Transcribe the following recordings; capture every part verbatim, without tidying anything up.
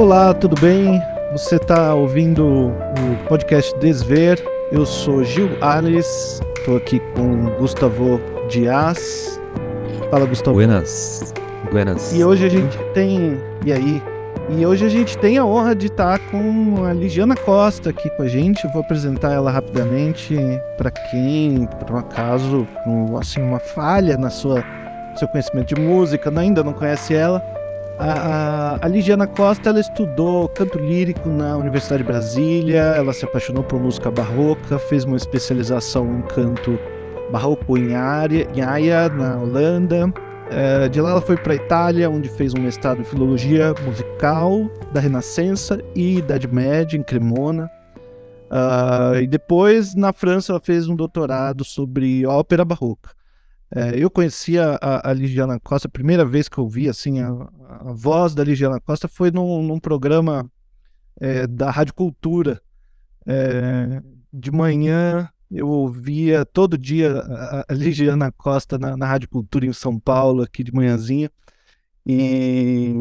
Olá, tudo bem? Você está ouvindo o podcast Desver. Eu sou Gil Ares, estou aqui com Gustavo Dias. Fala, Gustavo. Buenas. Buenas. E hoje a gente tem... E aí? E hoje a gente tem a honra de estar com a Ligiana Costa aqui com a gente. Eu vou apresentar ela rapidamente para quem, por um acaso, um, assim, uma falha na sua seu conhecimento de música, ainda não conhece ela. A, a, a Ligiana Costa, ela estudou canto lírico na Universidade de Brasília, ela se apaixonou por música barroca, fez uma especialização em canto barroco em Haia, na Holanda. É, de lá ela foi para a Itália, onde fez um mestrado em filologia musical da Renascença e Idade Média, em Cremona. Uh, e depois, na França, ela fez um doutorado sobre ópera barroca. É, eu conheci a, a Ligiana Costa, a primeira vez que eu vi assim, a, a voz da Ligiana Costa foi num, num programa é, da Rádio Cultura. É, de manhã eu ouvia todo dia a, a Ligiana Costa na, na Rádio Cultura em São Paulo, aqui de manhãzinha. E,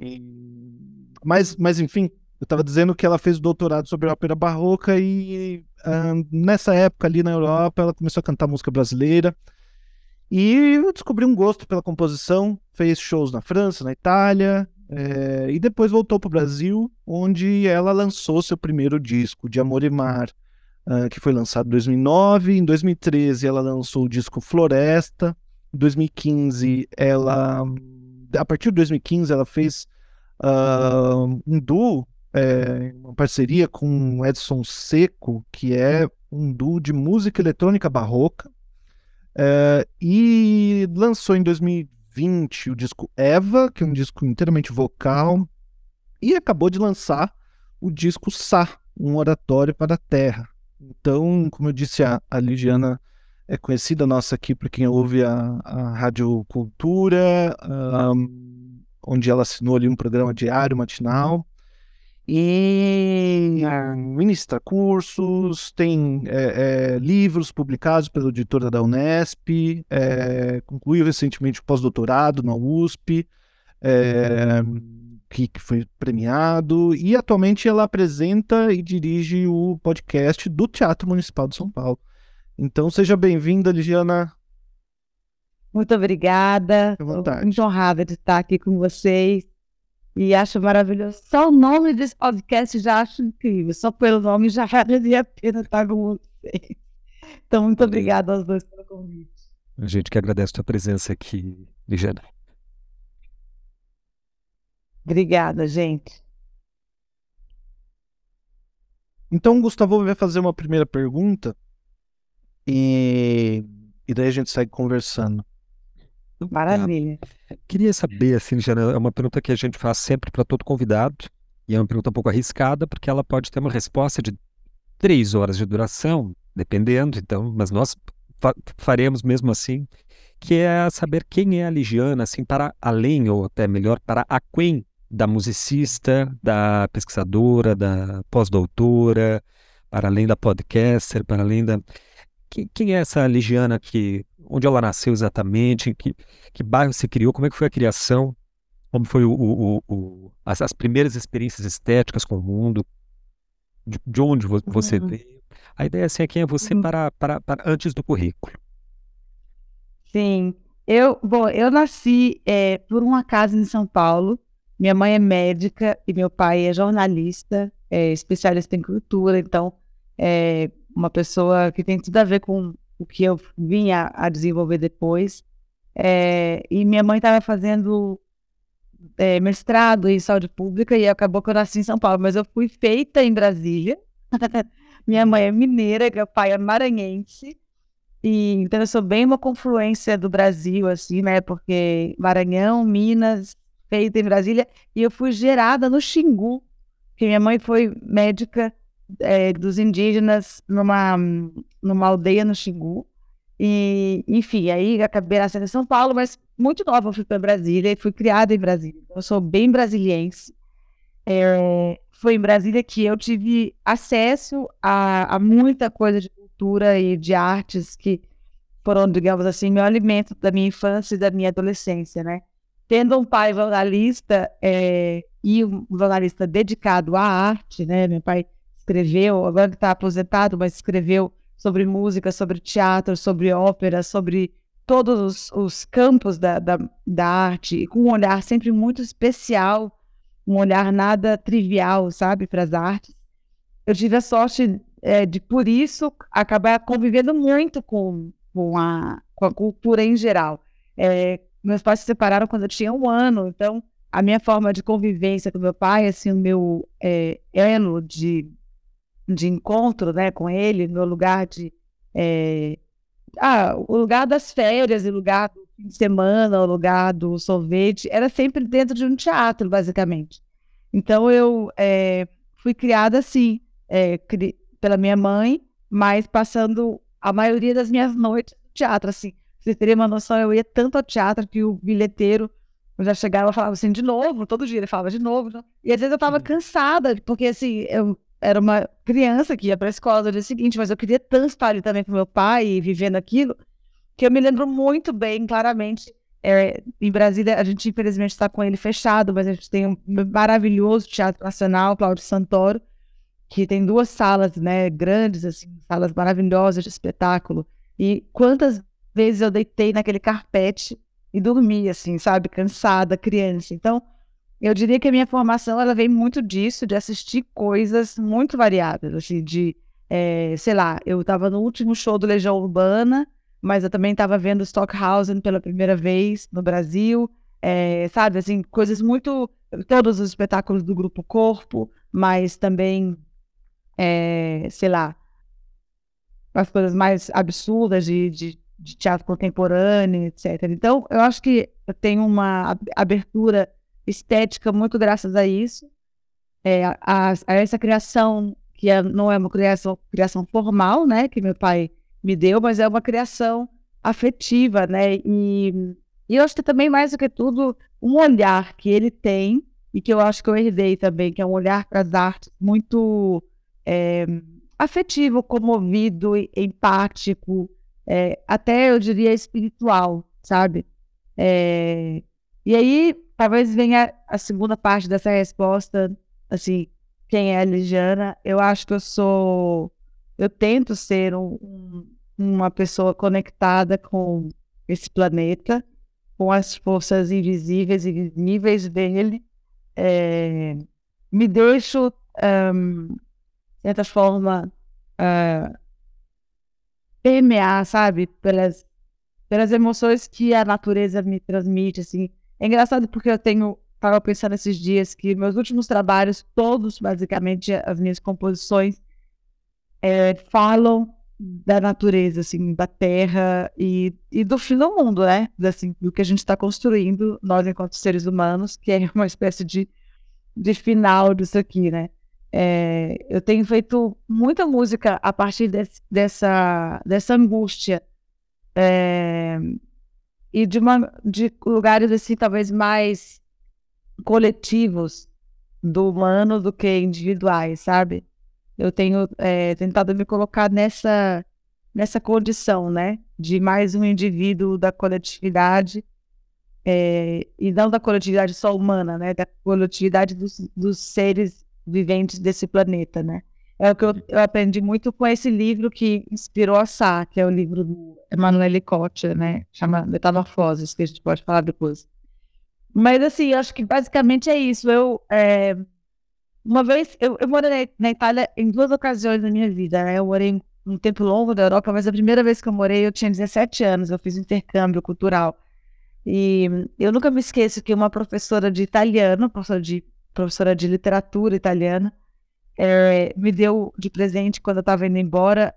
e, mas, mas enfim, eu estava dizendo que ela fez o doutorado sobre ópera barroca e uh, nessa época ali na Europa ela começou a cantar música brasileira. E eu descobri um gosto pela composição, fez shows na França, na Itália, é, e depois voltou para o Brasil, onde ela lançou seu primeiro disco, De Amor e Mar, uh, que foi lançado em dois mil e nove. Em dois mil e treze ela lançou o disco Floresta. Em dois mil e quinze, ela, a partir de dois mil e quinze, ela fez uh, um duo, é, uma parceria com Edson Seco, que é um duo de música eletrônica barroca. Uh, e lançou em dois mil e vinte o disco Eva, que é um disco inteiramente vocal, e acabou de lançar o disco Sá, um oratório para a Terra. Então, como eu disse, a, a Ligiana é conhecida nossa aqui para quem ouve a, a Rádio Cultura, um, onde ela assinou ali um programa diário, matinal, e ministra cursos, tem é, é, livros publicados pela editora da Unesp, é, concluiu recentemente o pós-doutorado na U S P, é, que, que foi premiado, e atualmente ela apresenta e dirige o podcast do Teatro Municipal de São Paulo. Então seja bem-vinda, Ligiana. Muito obrigada, estou muito honrada de estar aqui com vocês. E acho maravilhoso. Só o nome desse podcast já acho incrível. Só pelo nome já valeria a pena estar com vocês. Então, muito obrigada aos dois pelo convite. A gente que agradece a tua presença aqui, Ligiana. Obrigada, gente. Então, o Gustavo vai fazer uma primeira pergunta e, e daí a gente segue conversando. Maravilha. É, queria saber, assim, Ligiana, é uma pergunta que a gente faz sempre para todo convidado, e é uma pergunta um pouco arriscada, porque ela pode ter uma resposta de três horas de duração, dependendo, então, mas nós fa- faremos mesmo assim, que é saber quem é a Ligiana, assim, para além, ou até melhor, para aquém da musicista, da pesquisadora, da pós-doutora, para além da podcaster, para além da... Quem, quem é essa Ligiana que... Onde ela nasceu exatamente, em que, que bairro se criou, como é que foi a criação, como foi o, o, o, o, as, as primeiras experiências estéticas com o mundo, de, de onde vo, você Uhum. veio. A ideia assim, é quem é você Uhum. para, para, para antes do currículo. Sim, eu, bom, eu nasci é, por um acaso em São Paulo. Minha mãe é médica e meu pai é jornalista, é especialista em cultura, então é uma pessoa que tem tudo a ver com o que eu vinha a desenvolver depois. É, e minha mãe estava fazendo é, mestrado em saúde pública e acabou que eu nasci em São Paulo, mas eu fui feita em Brasília. Minha mãe é mineira, meu pai é maranhense, e então eu sou bem uma confluência do Brasil, assim, né? Porque Maranhão, Minas, feita em Brasília, e eu fui gerada no Xingu, que minha mãe foi médica é, dos indígenas numa, numa aldeia no Xingu. E, enfim, aí acabei nascendo em São Paulo, mas muito nova eu fui para Brasília e fui criada em Brasília. Então, eu sou bem brasiliense. É, foi em Brasília que eu tive acesso a, a muita coisa de cultura e de artes que foram, digamos assim, meu alimento da minha infância e da minha adolescência, né? Tendo um pai jornalista, é, e um jornalista dedicado à arte, né? Meu pai escreveu, agora ele está aposentado, mas escreveu sobre música, sobre teatro, sobre ópera, sobre todos os, os campos da, da, da arte, e com um olhar sempre muito especial, um olhar nada trivial, sabe, para as artes. Eu tive a sorte é, de, por isso, acabar convivendo muito com, com, a, com a cultura em geral. É, meus pais se separaram quando eu tinha um ano, então a minha forma de convivência com meu pai, assim, o meu é, elo de, de encontro, né, com ele, meu lugar de... É, ah, o lugar das férias, o lugar do fim de semana, o lugar do sorvete, era sempre dentro de um teatro, basicamente. Então eu é, fui criada assim, é, cri, pela minha mãe, mas passando a maioria das minhas noites no teatro, assim. Pra vocês terem uma noção, eu ia tanto ao teatro que o bilheteiro, eu já chegava e falava assim, de novo, todo dia ele falava de novo, né? E às vezes eu tava cansada, porque assim, eu era uma criança que ia para a escola no dia seguinte, mas eu queria tanto estar ali também com meu pai e vivendo aquilo, que eu me lembro muito bem, claramente. É, em Brasília, a gente infelizmente está com ele fechado, mas a gente tem um maravilhoso Teatro Nacional, Cláudio Santoro, que tem duas salas, né, grandes, assim, salas maravilhosas de espetáculo. E quantas vezes eu deitei naquele carpete e dormi, assim, sabe, cansada, criança. Então, eu diria que a minha formação, ela vem muito disso, de assistir coisas muito variadas, assim, de, é, sei lá, eu estava no último show do Legião Urbana, mas eu também estava vendo Stockhausen pela primeira vez no Brasil, é, sabe, assim, coisas muito, todos os espetáculos do Grupo Corpo, mas também, é, sei lá, as coisas mais absurdas de, de, de teatro contemporâneo, etcétera. Então, eu acho que eu tenho uma abertura estética muito graças a isso, é, a, a essa criação, que é, não é uma criação, criação formal, né, que meu pai me deu, mas é uma criação afetiva, né, e, e eu acho que também, mais do que tudo, um olhar que ele tem, e que eu acho que eu herdei também, que é um olhar para as artes muito é, afetivo, comovido, empático, é, até, eu diria, espiritual, sabe? É, e aí, talvez venha a segunda parte dessa resposta, assim, quem é a Ligiana? Eu acho que eu sou, eu tento ser um, um, uma pessoa conectada com esse planeta, com as forças invisíveis e visíveis dele, é, me deixo, um, de certa forma, uh, permear, sabe, pelas, pelas emoções que a natureza me transmite, assim. É engraçado porque eu tenho, estava pensando esses dias que meus últimos trabalhos, todos, basicamente, as minhas composições, é, falam da natureza, assim, da terra e, e do fim do mundo, né? Assim, do que a gente está construindo, nós enquanto seres humanos, que é uma espécie de, de final disso aqui, né? É, eu tenho feito muita música a partir desse, dessa, dessa angústia, é, e de, uma, de lugares, assim, talvez mais coletivos do humano do que individuais, sabe? Eu tenho é, tentado me colocar nessa, nessa condição, né? De mais um indivíduo da coletividade, é, e não da coletividade só humana, né? Da coletividade dos, dos seres viventes desse planeta, né? É o que eu, eu aprendi muito com esse livro que inspirou a Sá, que é o livro do Emanuele Cotta, né? Chama Metamorfoses, que a gente pode falar depois. Mas, assim, acho que basicamente é isso. Eu, é, uma vez, eu, eu morei na Itália em duas ocasiões na minha vida, né? Eu morei um tempo longo na Europa, mas a primeira vez que eu morei, eu tinha dezessete anos, eu fiz intercâmbio cultural. E eu nunca me esqueço que uma professora de italiano, professora de, professora de literatura italiana, é, me deu de presente, quando eu estava indo embora,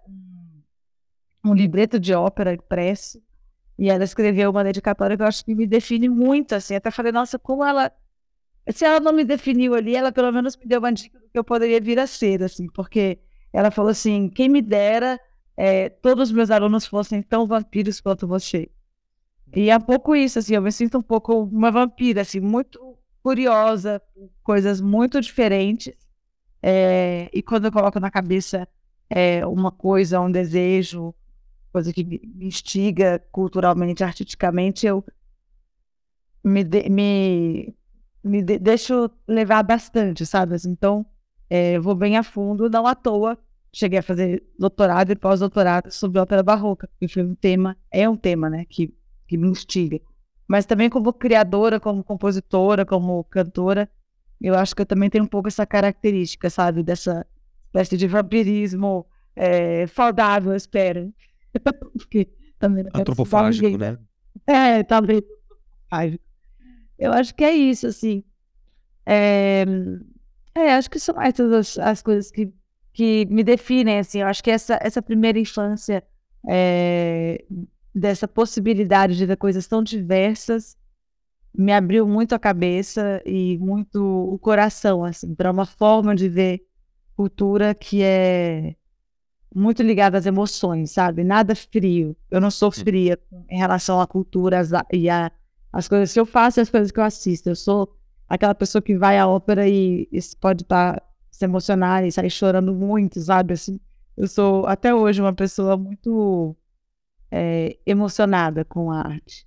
um livreto de ópera impresso. E ela escreveu uma dedicatória que eu acho que me define muito, assim. Até falei, nossa, como ela... Se ela não me definiu ali, ela pelo menos me deu uma dica do que eu poderia vir a ser, assim. Porque ela falou assim, quem me dera é, todos os meus alunos fossem tão vampiros quanto você. E é um pouco isso, assim. Eu me sinto um pouco uma vampira, assim, muito curiosa, coisas muito diferentes. É, e quando eu coloco na cabeça é, uma coisa, um desejo, coisa que me instiga culturalmente, artisticamente, eu me, de, me me de- deixo levar bastante, sabe? Assim, então, é, eu vou bem a fundo, não à toa. Cheguei a fazer doutorado e pós-doutorado sobre ópera barroca, porque foi um tema, é um tema, né, que, que me instiga. Mas também como criadora, como compositora, como cantora, eu acho que eu também tenho um pouco essa característica, sabe? Dessa espécie de vampirismo é, saudável, eu espero. Porque também não quero precisar Antropofágico, ninguém, né? né? É, talvez. Ai, eu acho que é isso, assim. É, é, acho que são essas as, as coisas que, que me definem, assim. Eu acho que essa, essa primeira infância, é, dessa possibilidade de ver coisas tão diversas, me abriu muito a cabeça e muito o coração, assim, para uma forma de ver cultura que é muito ligada às emoções, sabe? Nada frio. Eu não sou fria em relação à cultura às- e a, às coisas que eu faço e às coisas que eu assisto. Eu sou aquela pessoa que vai à ópera e, e pode estar se emocionar e sair chorando muito, sabe? Assim, eu sou até hoje uma pessoa muito é, emocionada com a arte.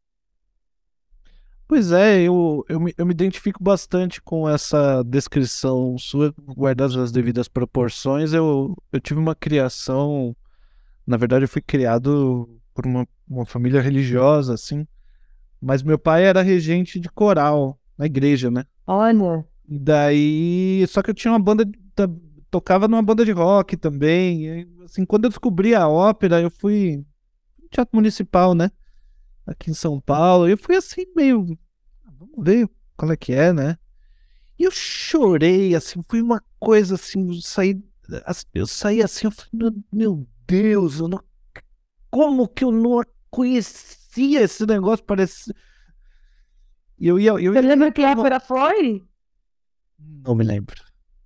Pois é, eu, eu, me, eu me identifico bastante com essa descrição sua, guardadas as devidas proporções. Eu, eu tive uma criação, na verdade, eu fui criado por uma, uma família religiosa, assim, mas meu pai era regente de coral na igreja, né? Olha, E daí, só que eu tinha uma banda, de- ta- tocava numa banda de rock também. E aí, assim, quando eu descobri a ópera, eu fui no Teatro Municipal, né? Aqui em São Paulo. E eu fui assim, meio, "Ah, vamos ver qual é que é, né? E eu chorei, assim, foi uma coisa assim, eu saí, as- eu saí assim, eu falei, meu, meu Deus, eu não, como que eu não conhecia esse negócio? Parece. E eu ia, eu você ia. lembra que ópera foi? Não me lembro.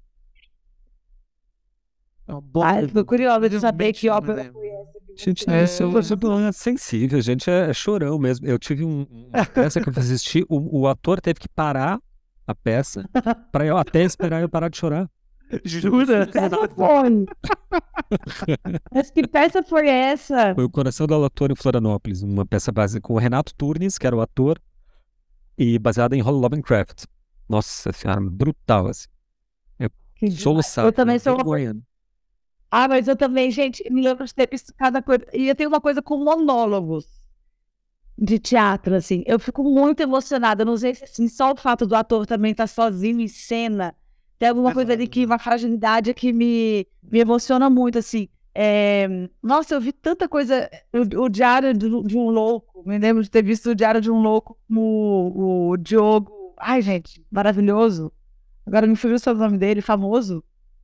É uma boa Ah, eu fico pergunta. curiosa de saber Realmente que não me ópera lembro. foi essa que Gente, você... isso é uma coisa é sensível, a gente é, é chorão mesmo. Eu tive um- uma peça que eu fui assistir, o, o ator teve que parar a peça para eu até esperar eu parar de chorar. Jura? Peça foi. Mas que peça foi essa? Foi O Coração do Ator em Florianópolis, uma peça baseada com o Renato Turnes, que era o ator, e baseada em Holly Lovecraft. Nossa senhora, brutal, assim. Eu Que demais. Eu soluçava, também sou uma... vergonha. Ah, mas eu também, gente, me lembro de ter visto cada coisa. E eu tenho uma coisa com monólogos de teatro, assim. Eu fico muito emocionada. Eu não sei se assim, só o fato do ator também estar sozinho em cena. Tem alguma coisa ali que, uma fragilidade que me, me emociona muito, assim. É, Nossa, eu vi tanta coisa. O, o Diário de, de um Louco. Me lembro de ter visto o Diário de um Louco com o, o Diogo. Ai, gente, maravilhoso. Agora me fugiu sobre o nome dele, famoso.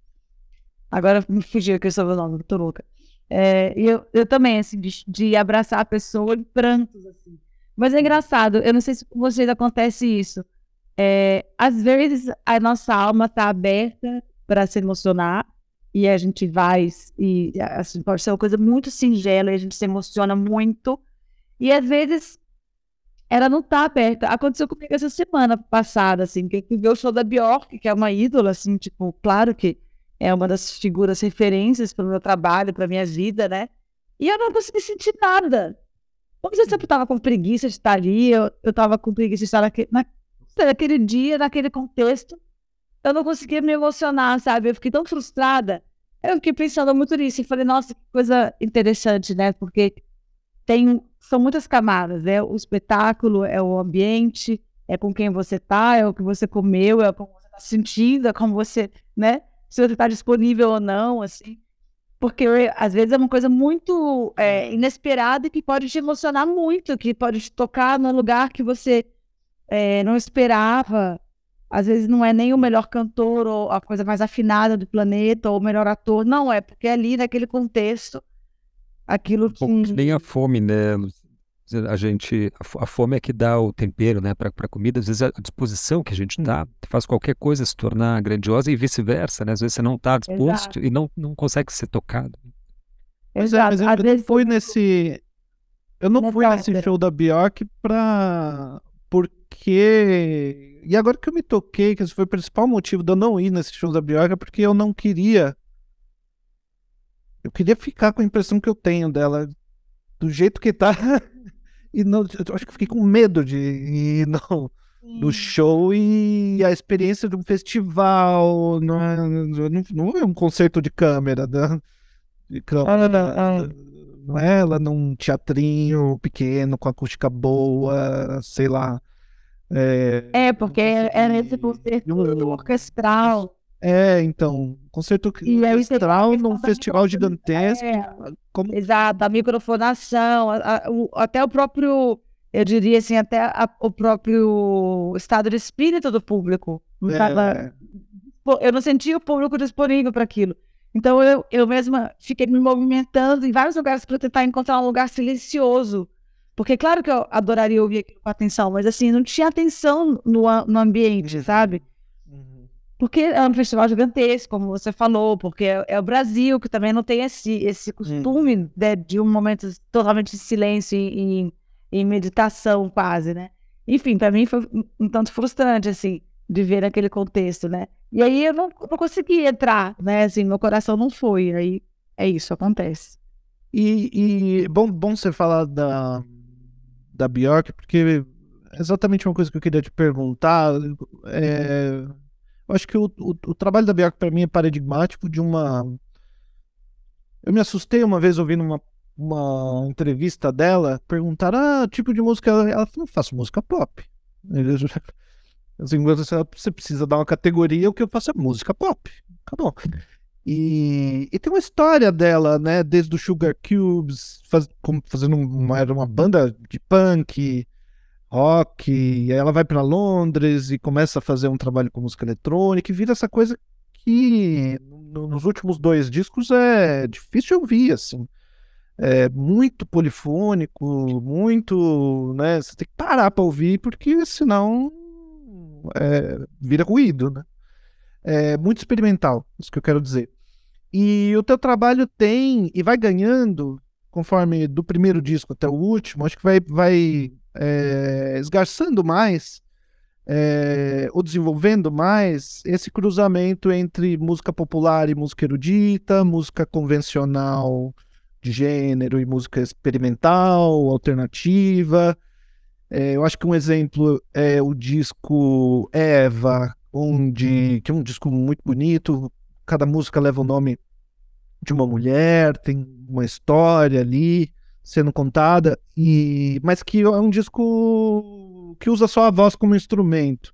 Agora me fugiu que eu sou o nome, tô louca. É, e eu, eu também, assim, de, de abraçar a pessoa em prantos, assim. Mas é engraçado, eu não sei se com vocês acontece isso. É, às vezes a nossa alma tá aberta para se emocionar e a gente vai e assim, pode ser uma coisa muito singela e a gente se emociona muito. E às vezes ela não tá aberta. Aconteceu comigo essa semana passada, assim, que eu fui ver o show da Bjork, que é uma ídola, assim, tipo, claro que é uma das figuras referências para o meu trabalho, para minha vida, né? E eu não consegui sentir nada. Como se eu sempre tava com preguiça de estar ali, eu, eu tava com preguiça de estar naquele, na, naquele dia, naquele contexto. Eu não conseguia me emocionar, sabe? Eu fiquei tão frustrada. Eu fiquei pensando muito nisso e falei, nossa, que coisa interessante, né? Porque tem, são muitas camadas, né? O espetáculo, é o ambiente, é com quem você tá, é o que você comeu, é como você tá sentindo, é como você, né? Se você tá disponível ou não, assim. Porque às vezes é uma coisa muito é, inesperada e que pode te emocionar muito, que pode te tocar num lugar que você é, não esperava. Às vezes não é nem o melhor cantor ou a coisa mais afinada do planeta ou o melhor ator, não é, porque ali naquele contexto, aquilo Um pouco que nem que... a fome, né? A gente, a fo- a fome é que dá o tempero, né, para a comida. Às vezes a disposição que a gente tá, faz qualquer coisa se tornar grandiosa e vice-versa, né? Às vezes você não está disposto Exato, e não, não consegue ser tocado. Pois é, mas exato. eu, Às eu não vezes, por fui exemplo, nesse. Eu não fui nessa nesse ópera. show da Bjork pra. Porque. E agora que eu me toquei, que esse foi o principal motivo de eu não ir nesse show da Bjork, é porque eu não queria. Eu queria ficar com a impressão que eu tenho dela, do jeito que tá. E não, eu acho que eu fiquei com medo de ir, não. do show e a experiência de um festival, não é, não, não é um concerto de câmera, né? De câmera, não é ela num teatrinho pequeno, com acústica boa, sei lá. É, É, porque era esse concerto orquestral. É, então, concerto E aí você tem a orquestral questão num da festival microfona- gigantesco. É, Como... exato, a microfonação, a- a- o- até o próprio, eu diria assim, até a- o próprio estado de espírito do público. Não tava- É, pô, eu não sentia o público disponível para aquilo. Então eu, eu mesma fiquei me movimentando em vários lugares para tentar encontrar um lugar silencioso. Porque claro que eu adoraria ouvir aquilo com atenção, mas assim, não tinha atenção no, a- no ambiente, sabe? Uhum. Porque é um festival gigantesco, como você falou, porque é, é o Brasil que também não tem esse, esse costume, né, de um momento totalmente de silêncio e, e, e meditação quase, né? Enfim, para mim foi um, um tanto frustrante, assim, de ver aquele contexto, né? E aí eu não, não consegui entrar, né? Assim, meu coração não foi, aí é isso, acontece. E, e bom, bom você falar da, da Bjork, porque é exatamente uma coisa que eu queria te perguntar. É, eu acho que o, o, o trabalho da Bjork para mim é paradigmático de uma. Eu me assustei uma vez ouvindo uma, uma entrevista dela, perguntaram, ah, tipo de música. Ela, ela falou, eu faço música pop. Eu já- Assim, você precisa dar uma categoria, o que eu faço é música pop. Acabou. E, e tem uma história dela, né? Desde o Sugar Cubes, faz, como, fazendo uma, era uma banda de punk, rock, e aí ela vai para Londres e começa a fazer um trabalho com música eletrônica e vira essa coisa que no- nos últimos dois discos é difícil de ouvir, assim. É muito polifônico, muito, né? Você tem que parar para ouvir, porque senão é, vira ruído, né? É muito experimental, isso que eu quero dizer. E o teu trabalho tem, e vai ganhando, conforme do primeiro disco até o último, acho que vai, vai é, esgarçando mais, é, ou desenvolvendo mais, esse cruzamento entre música popular e música erudita, música convencional de gênero e música experimental, alternativa. É, eu acho que um exemplo é o disco Eva, onde, que é um disco muito bonito, cada música leva o nome de uma mulher, tem uma história ali sendo contada, e mas que é um disco que usa só a voz como instrumento.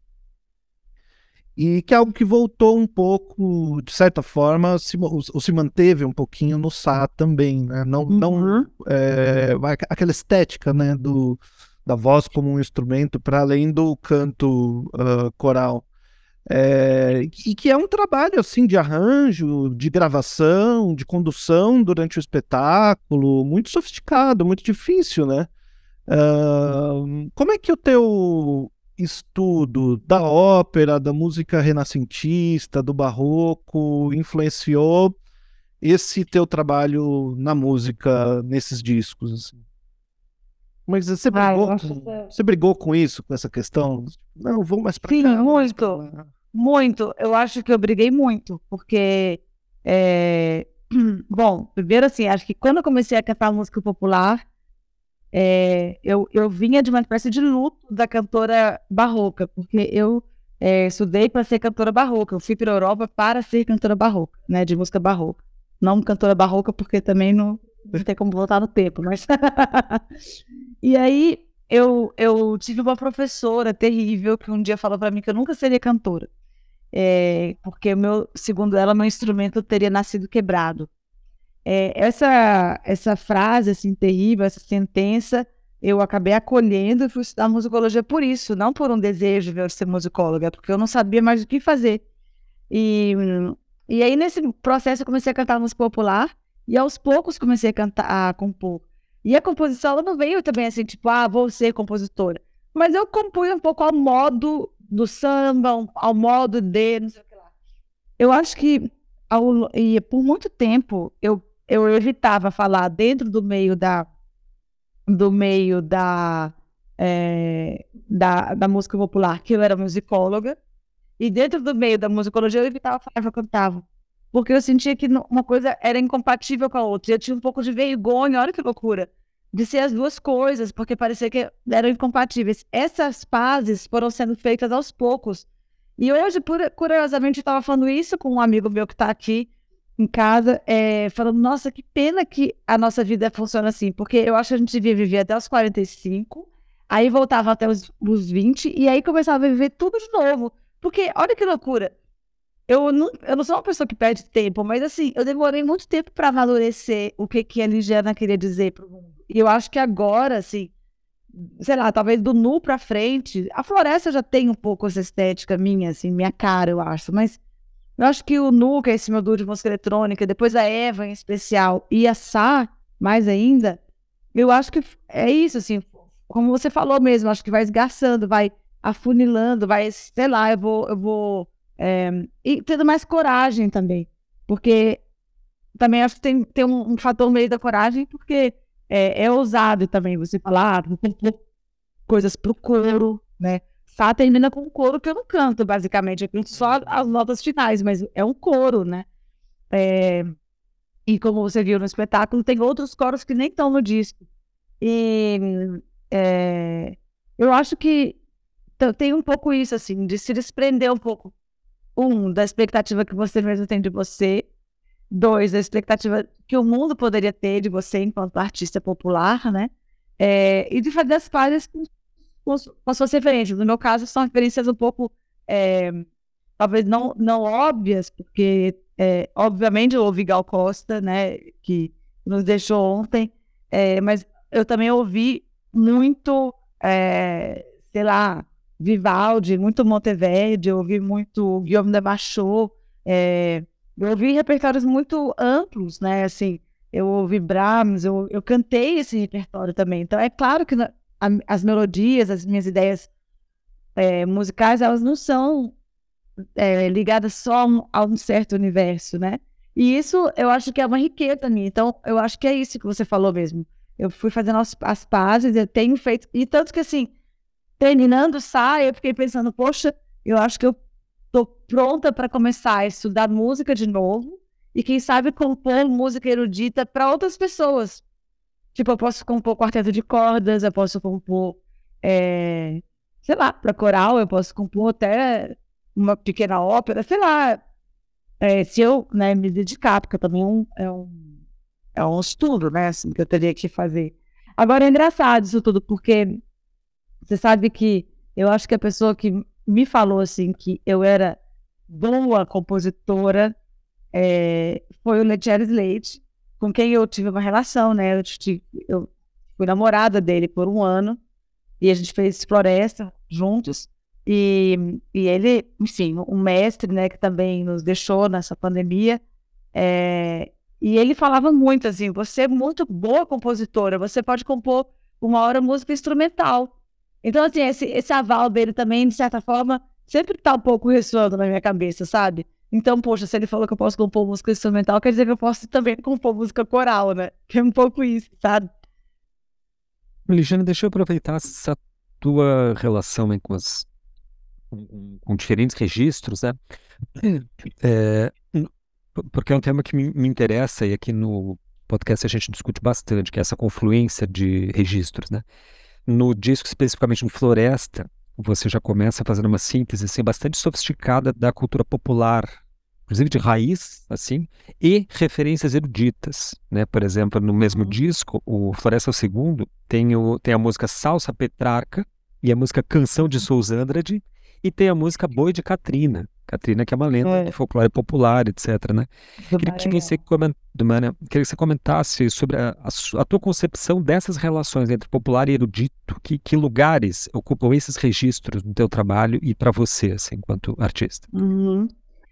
E que é algo que voltou um pouco, de certa forma, se, ou se manteve um pouquinho no Sá também, né? Não, não é, aquela estética, né, do, da voz como um instrumento para além do canto uh, coral. É, e que é um trabalho assim de arranjo, de gravação, de condução durante o espetáculo, muito sofisticado, muito difícil, né? Uh, como é que o teu estudo da ópera, da música renascentista, do barroco, influenciou esse teu trabalho na música, nesses discos? Assim? Mas você Ah, eu brigou, acho com, que- você brigou com isso, com essa questão? Não, eu vou mais pra Sim, cá. mais muito. pra lá. Muito, eu acho que eu briguei muito, porque, é, bom, primeiro assim, acho que quando eu comecei a cantar música popular, é, eu, eu vinha de uma espécie de luto da cantora barroca, porque eu é, estudei para ser cantora barroca, eu fui para a Europa para ser cantora barroca, né, de música barroca. Não cantora barroca, porque também não, não tem como voltar no tempo, mas... E aí, eu, eu tive uma professora terrível que um dia falou para mim que eu nunca seria cantora. É, porque o meu, segundo ela, meu instrumento teria nascido quebrado. É, essa, essa frase assim, terrível, essa sentença, eu acabei acolhendo e fui estudar musicologia por isso, não por um desejo de eu ser musicóloga, porque eu não sabia mais o que fazer. E, e aí, nesse processo, eu comecei a cantar música popular e aos poucos comecei a cantar, a compor. E a composição, ela não veio também assim, tipo, ah, vou ser compositora. Mas eu compunha um pouco ao modo do samba, um- ao modo de, não sei o que lá. Eu acho que, ao, e por muito tempo, eu, eu evitava falar dentro do meio da, do meio da, eh, da, da música popular, que eu era musicóloga, e dentro do meio da musicologia eu evitava falar que eu cantava. Porque eu sentia que não- uma coisa era incompatível com a outra. E eu tinha um pouco de vergonha, olha que loucura, de ser as duas coisas, porque parecia que eram incompatíveis. Essas pazes foram sendo feitas aos poucos. E hoje, curiosamente, eu estava falando isso com um amigo meu que está aqui em casa, é, falando, nossa, que pena que a nossa vida funciona assim, porque eu acho que a gente devia viver até os quarenta e cinco, aí voltava até os, os vinte, e aí começava a viver tudo de novo. Porque, olha que loucura, eu não, eu não sou uma pessoa que perde tempo, mas assim, eu demorei muito tempo para amadurecer o que, que a Ligiana queria dizer para o mundo. E eu acho que agora, assim, sei lá, talvez do nu pra frente, a Floresta já tem um pouco essa estética minha, assim, minha cara, eu acho, mas eu acho que o Nu, que é esse meu duo de música eletrônica, depois a Eva em especial, e a Sá, mais ainda, eu acho que é isso, assim, como você falou mesmo, acho que vai esgarçando, vai afunilando, vai, sei lá, eu vou, eu vou, é, e tendo mais coragem também, porque também acho que tem, tem um, um fator meio da coragem, porque é, é ousado também você falar, ah, vou compor coisas pro coro, né? Sá termina com um coro que eu não canto, basicamente. Eu canto só as notas finais, mas é um coro, né? É... E como você viu no espetáculo, tem outros coros que nem estão no disco. E é... eu acho que tem um pouco isso, assim, de se desprender um pouco. Um, da expectativa que você mesmo tem de você. Dois, da expectativa que o mundo poderia ter de você enquanto artista popular, né? É... E de fazer as pazes com com as suas referências. No meu caso, são referências um pouco, é, talvez não, não óbvias, porque, é, obviamente, eu ouvi Gal Costa, né, que nos deixou ontem, é, mas eu também ouvi muito, é, sei lá, Vivaldi, muito Monteverdi, eu ouvi muito Guillaume de Machaut, é, eu ouvi repertórios muito amplos, né, assim, eu ouvi Brahms, eu, eu cantei esse repertório também. Então, é claro que na, a, as melodias, as minhas ideias é, musicais, elas não são é, ligadas só a um, a um certo universo, né? E isso eu acho que é uma riqueza minha. Então, eu acho que é isso que você falou mesmo. Eu fui fazendo as, as pazes, eu tenho feito. E tanto que, assim, terminando o Sá, eu fiquei pensando, poxa, eu acho que eu tô pronta para começar a estudar música de novo. E quem sabe compor música erudita para outras pessoas. Tipo, eu posso compor quarteto de cordas, eu posso compor, é, sei lá, para coral, eu posso compor até uma pequena ópera, sei lá. É, se eu, né, me dedicar, porque também é um, é um, é um estudo, né, assim, que eu teria que fazer. Agora, é engraçado isso tudo, porque você sabe que eu acho que a pessoa que me falou, assim, que eu era boa compositora, É, foi o Letieres Leite, com quem eu tive uma relação, né? Eu, tive, eu fui namorada dele por um ano e a gente fez Floresta juntos. E, e ele, enfim, um mestre, né? Que também nos deixou nessa pandemia. É, e ele falava muito assim: você é muito boa compositora, você pode compor uma hora música instrumental. Então, assim, esse, esse aval dele também, de certa forma, sempre tá um pouco ressoando na minha cabeça, sabe? Então, poxa, se ele falou que eu posso compor música instrumental, quer dizer que eu posso também compor música coral, né? Que é um pouco isso, sabe? Ligiane, deixa eu aproveitar essa tua relação aí com, as, com, com diferentes registros, né? É, porque é um tema que me, me interessa e aqui no podcast a gente discute bastante, que é essa confluência de registros, né? No disco, especificamente no Floresta, você já começa fazendo uma síntese assim, bastante sofisticada da cultura popular, inclusive de raiz, assim, e referências eruditas, né? Por exemplo, no mesmo disco, o Floresta é o Segundo, tem, o, tem a música Salsa Petrarca e a música Canção de Souza Andrade, e tem a música Boi de Catrina, Catrina que é uma lenda É. de folclore popular, etc, né? Do Queria que Maranhão. você, comen- do Maranhão, queria que você comentasse sobre a, a su- a tua concepção dessas relações entre popular e erudito, que, que lugares ocupam esses registros no teu trabalho e para você, assim, enquanto artista. Uhum.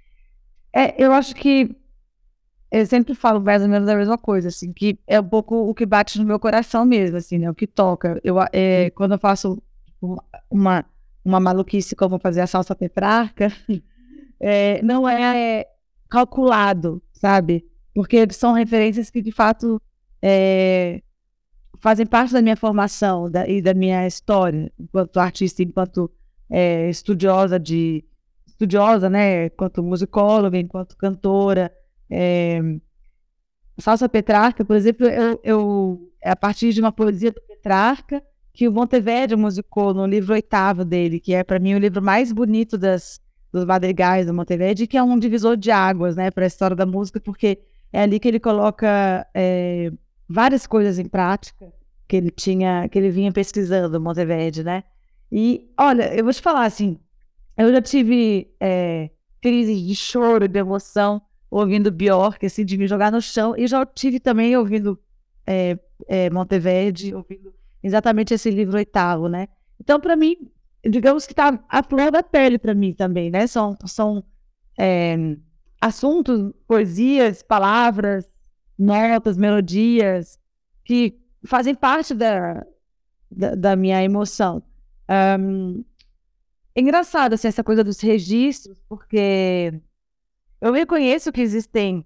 É, eu acho que eu sempre falo mais ou menos a mesma coisa, assim, que é um pouco o que bate no meu coração mesmo, assim, né? O que toca. Eu, é, quando eu faço uma, uma, uma maluquice como fazer a salsa petrarca, é, não é calculado, sabe? Porque são referências que, de fato, é, fazem parte da minha formação da, e da minha história, enquanto artista, enquanto é, estudiosa de... Estudiosa, né? Enquanto musicóloga, enquanto cantora. É, Salsa Petrarca, por exemplo, eu, eu a partir de uma poesia do Petrarca, que o Monteverdi musicou no livro oitavo dele, que é, para mim, o livro mais bonito das, dos madrigais do Monteverdi, que é um divisor de águas, né, para a história da música, porque é ali que ele coloca é, várias coisas em prática que ele tinha, que ele vinha pesquisando, Monteverdi, né? E, olha, eu vou te falar, assim, eu já tive é, crises de choro, de emoção, ouvindo Björk, assim, de me jogar no chão, e já tive também ouvindo é, é, Monteverdi, ouvindo exatamente esse livro oitavo, né? Então, para mim, digamos que tá a flor da pele para mim também, né? São, são é, assuntos, poesias, palavras, notas, melodias, que fazem parte da, da, da minha emoção. Um, é engraçado, assim, essa coisa dos registros, porque eu reconheço que existem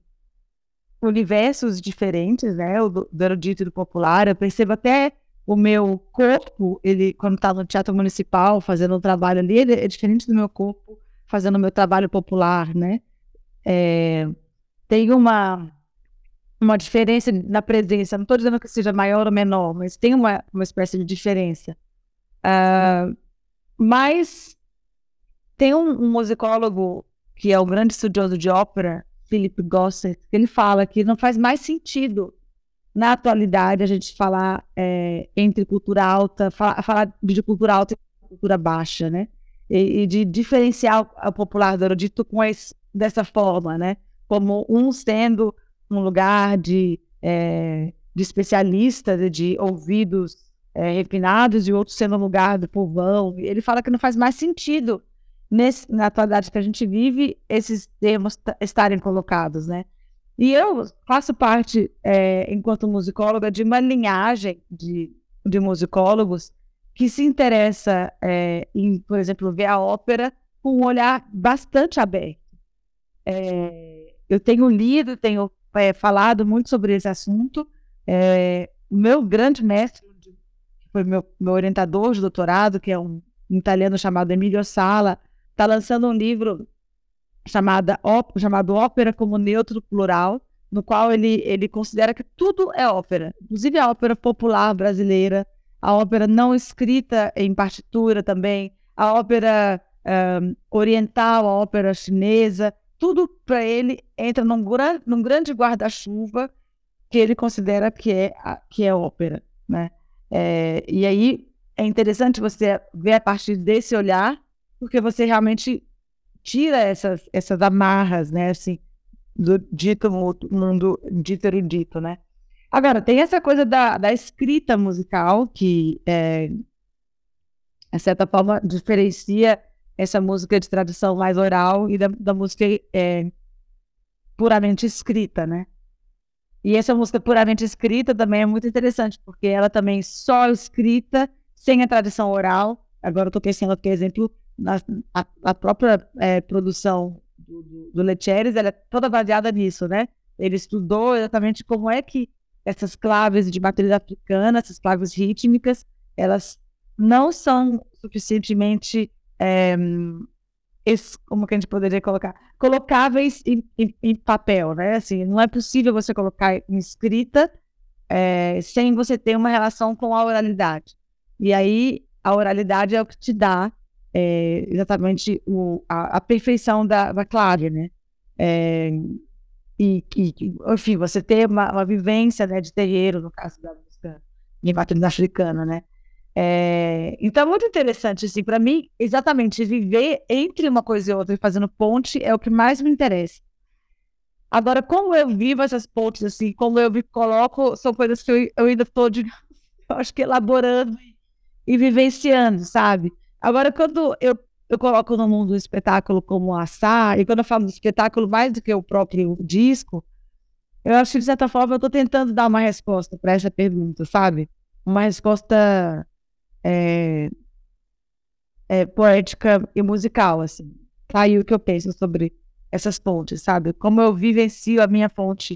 universos diferentes, né? O do, do erudito e do popular. Eu percebo até o meu corpo, ele, quando está no Teatro Municipal, fazendo um trabalho ali, ele é diferente do meu corpo fazendo o meu trabalho popular, né? É, tem uma, uma diferença na presença. Não estou dizendo que seja maior ou menor, mas tem uma, uma espécie de diferença. Uh, mas tem um, um musicólogo que é o grande estudioso de ópera, Philip Gossett, que ele fala que não faz mais sentido na atualidade a gente falar é, entre cultura alta, falar, falar de cultura alta e cultura baixa, né? E, e de diferenciar o, o popular do erudito com esse, dessa forma, né? Como um sendo um lugar de, é, de especialista, de, de ouvidos é, refinados, e outro sendo um lugar do povão. Ele fala que não faz mais sentido Nesse, na atualidade que a gente vive, esses termos estarem colocados, né? E eu faço parte, é, enquanto musicóloga, de uma linhagem de, de musicólogos que se interessa é, em, por exemplo, ver a ópera com um olhar bastante aberto. É, eu tenho lido, tenho é, falado muito sobre esse assunto. É, o meu grande mestre, que foi meu, meu orientador de doutorado, que é um, um italiano chamado Emilio Sala, está lançando um livro chamado, chamado Ópera como Neutro Plural, no qual ele, ele considera que tudo é ópera, inclusive a ópera popular brasileira, a ópera não escrita em partitura também, a ópera um, oriental, a ópera chinesa, tudo para ele entra num, gran, num grande guarda-chuva que ele considera que é, que é ópera, né? É, e aí é interessante você ver a partir desse olhar, porque você realmente tira essas, essas amarras, né, assim, do dito mundo, dito erudito, né. Agora, tem essa coisa da, da escrita musical, que, é, de certa forma, diferencia essa música de tradição mais oral e da, da música é, puramente escrita, né. E essa música puramente escrita também é muito interessante, porque ela também só escrita, sem a tradição oral. Agora eu estou pensando aqui, exemplo, Na, a, a própria é, produção do, do, do Letcheres, ela é toda baseada nisso, né? Ele estudou exatamente como é que essas claves de matriz africana, essas claves rítmicas, elas não são suficientemente, é, esse, como que a gente poderia colocar, colocáveis em, em, em papel, né? Assim, não é possível você colocar em escrita é, sem você ter uma relação com a oralidade. E aí, a oralidade é o que te dá É, exatamente o, a, a perfeição da, da clave, né? É, e, e, enfim, você ter uma, uma vivência, né, de terreiro, no caso da música de matriz africana, né? É, então é muito interessante, assim, para mim, exatamente viver entre uma coisa e outra e fazendo ponte é o que mais me interessa. Agora, como eu vivo essas pontes, assim, como eu me coloco, são coisas que eu, eu ainda estou, eu acho que elaborando e vivenciando, sabe? Agora, quando eu, eu coloco no mundo do espetáculo como assar, e quando eu falo do espetáculo mais do que o próprio disco, eu acho que, de certa forma, eu estou tentando dar uma resposta para essa pergunta, sabe? Uma resposta é, é, poética e musical, assim. Tá aí o que eu penso sobre essas pontes, sabe? Como eu vivencio a minha ponte,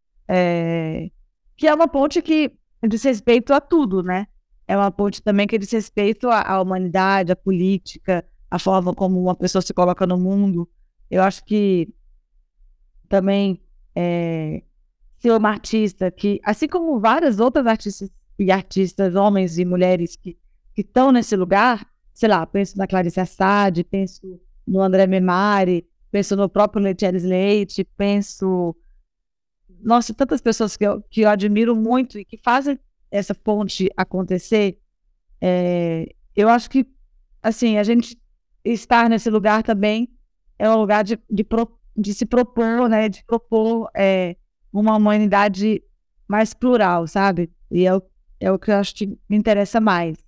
é, que é uma ponte que diz respeito a tudo, né? É uma ponte também que diz respeito à, à humanidade, à política, à forma como uma pessoa se coloca no mundo. Eu acho que também é, ser uma artista que, assim como várias outras artistas e artistas, homens e mulheres que que estão nesse lugar, sei lá, penso na Clarice Assad, penso no André Memari, penso no próprio Letieres Leite, penso... Nossa, tantas pessoas que eu, que eu admiro muito e que fazem essa ponte acontecer. É, eu acho que, assim, a gente estar nesse lugar também é um lugar de, de, pro, de se propor, né, de propor é, uma humanidade mais plural, sabe? E é o, é o que eu acho que me interessa mais.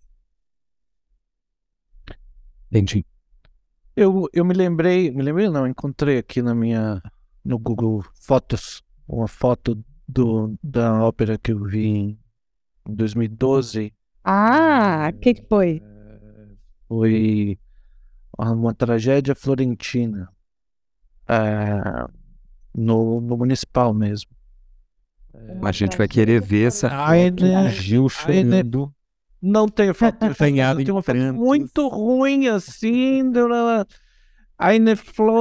Entendi. Eu, eu me lembrei, me lembrei não, encontrei aqui na minha, no Google Fotos, uma foto do, da ópera que eu vi em dois mil e doze. Ah, o que que foi? Foi uma tragédia florentina, é, no, no Municipal mesmo. A gente vai querer ver essa Ai, foto né? do Gil Ai, né? chorando. Não tenho foto, eu Banhado tenho em uma foto prantos. muito ruim assim, de uma Eine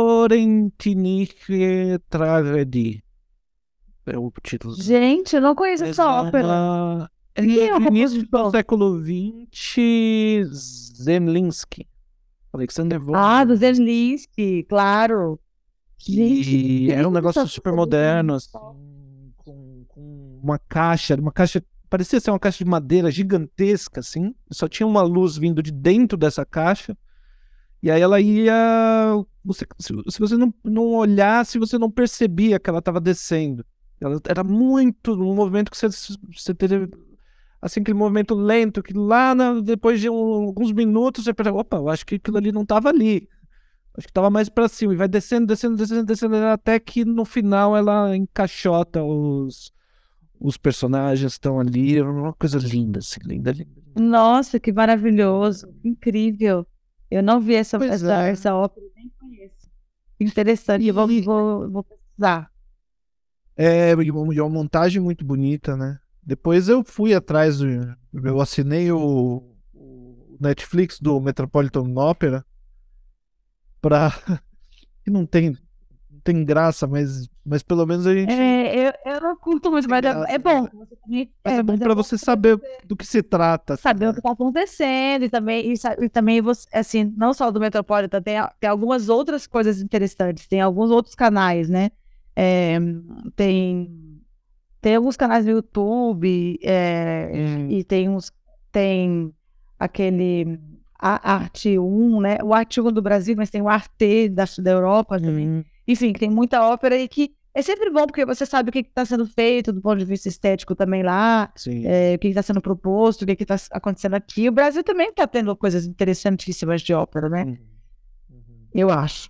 Florentinische Tragödie. É o título. Gente, eu não conheço essa ópera. É Quem é o no início do compositor? século vinte, Zemlinsky. Alexander Von. Ah, do Zelensky, claro. Gente, E era um negócio essa super foto moderno, do- assim, com, com uma caixa, uma caixa, parecia ser uma caixa de madeira gigantesca, assim, só tinha uma luz vindo de dentro dessa caixa, e aí ela ia, você, se, se você não, não olhasse, você não percebia que ela estava descendo. Ela era muito, um movimento que você, você teria, assim, aquele movimento lento, que lá, na, depois de um, alguns minutos, você pensa, opa, eu acho que aquilo ali não estava ali. Acho que tava mais pra cima. E vai descendo, descendo, descendo, descendo, até que no final ela encaixota os, os personagens estão ali. É uma coisa linda, assim, linda, linda. Nossa, que maravilhoso, incrível. Eu não vi essa, Pois essa, é. essa ópera, nem conheço. Interessante, eu vou, vou, vou pesquisar. É, e uma e uma montagem muito bonita, né? Depois eu fui atrás, do, eu assinei o, o Netflix do Metropolitan Opera pra... que não tem, não tem graça, mas, mas pelo menos a gente... É, eu, eu não curto muito, mas é, graça, é bom. né? Você também, Mas é, bom mas pra você saber do que se trata. assim, saber o né? que está acontecendo e também, e, sa- e também você, assim, não só do Metropolitan, tem, a- tem algumas outras coisas interessantes, tem alguns outros canais, né? É, tem, tem alguns canais no YouTube, é, Hum. e tem uns, tem aquele a- Arte um, né? O Arte um do Brasil, mas tem o Arte da, da Europa também. Hum. Enfim, tem muita ópera e que é sempre bom porque você sabe o que está sendo feito do ponto de vista estético também lá, Sim. é, o que está sendo proposto, o que está acontecendo aqui. O Brasil também está tendo coisas interessantíssimas de ópera, né? Uhum. Uhum. Eu acho.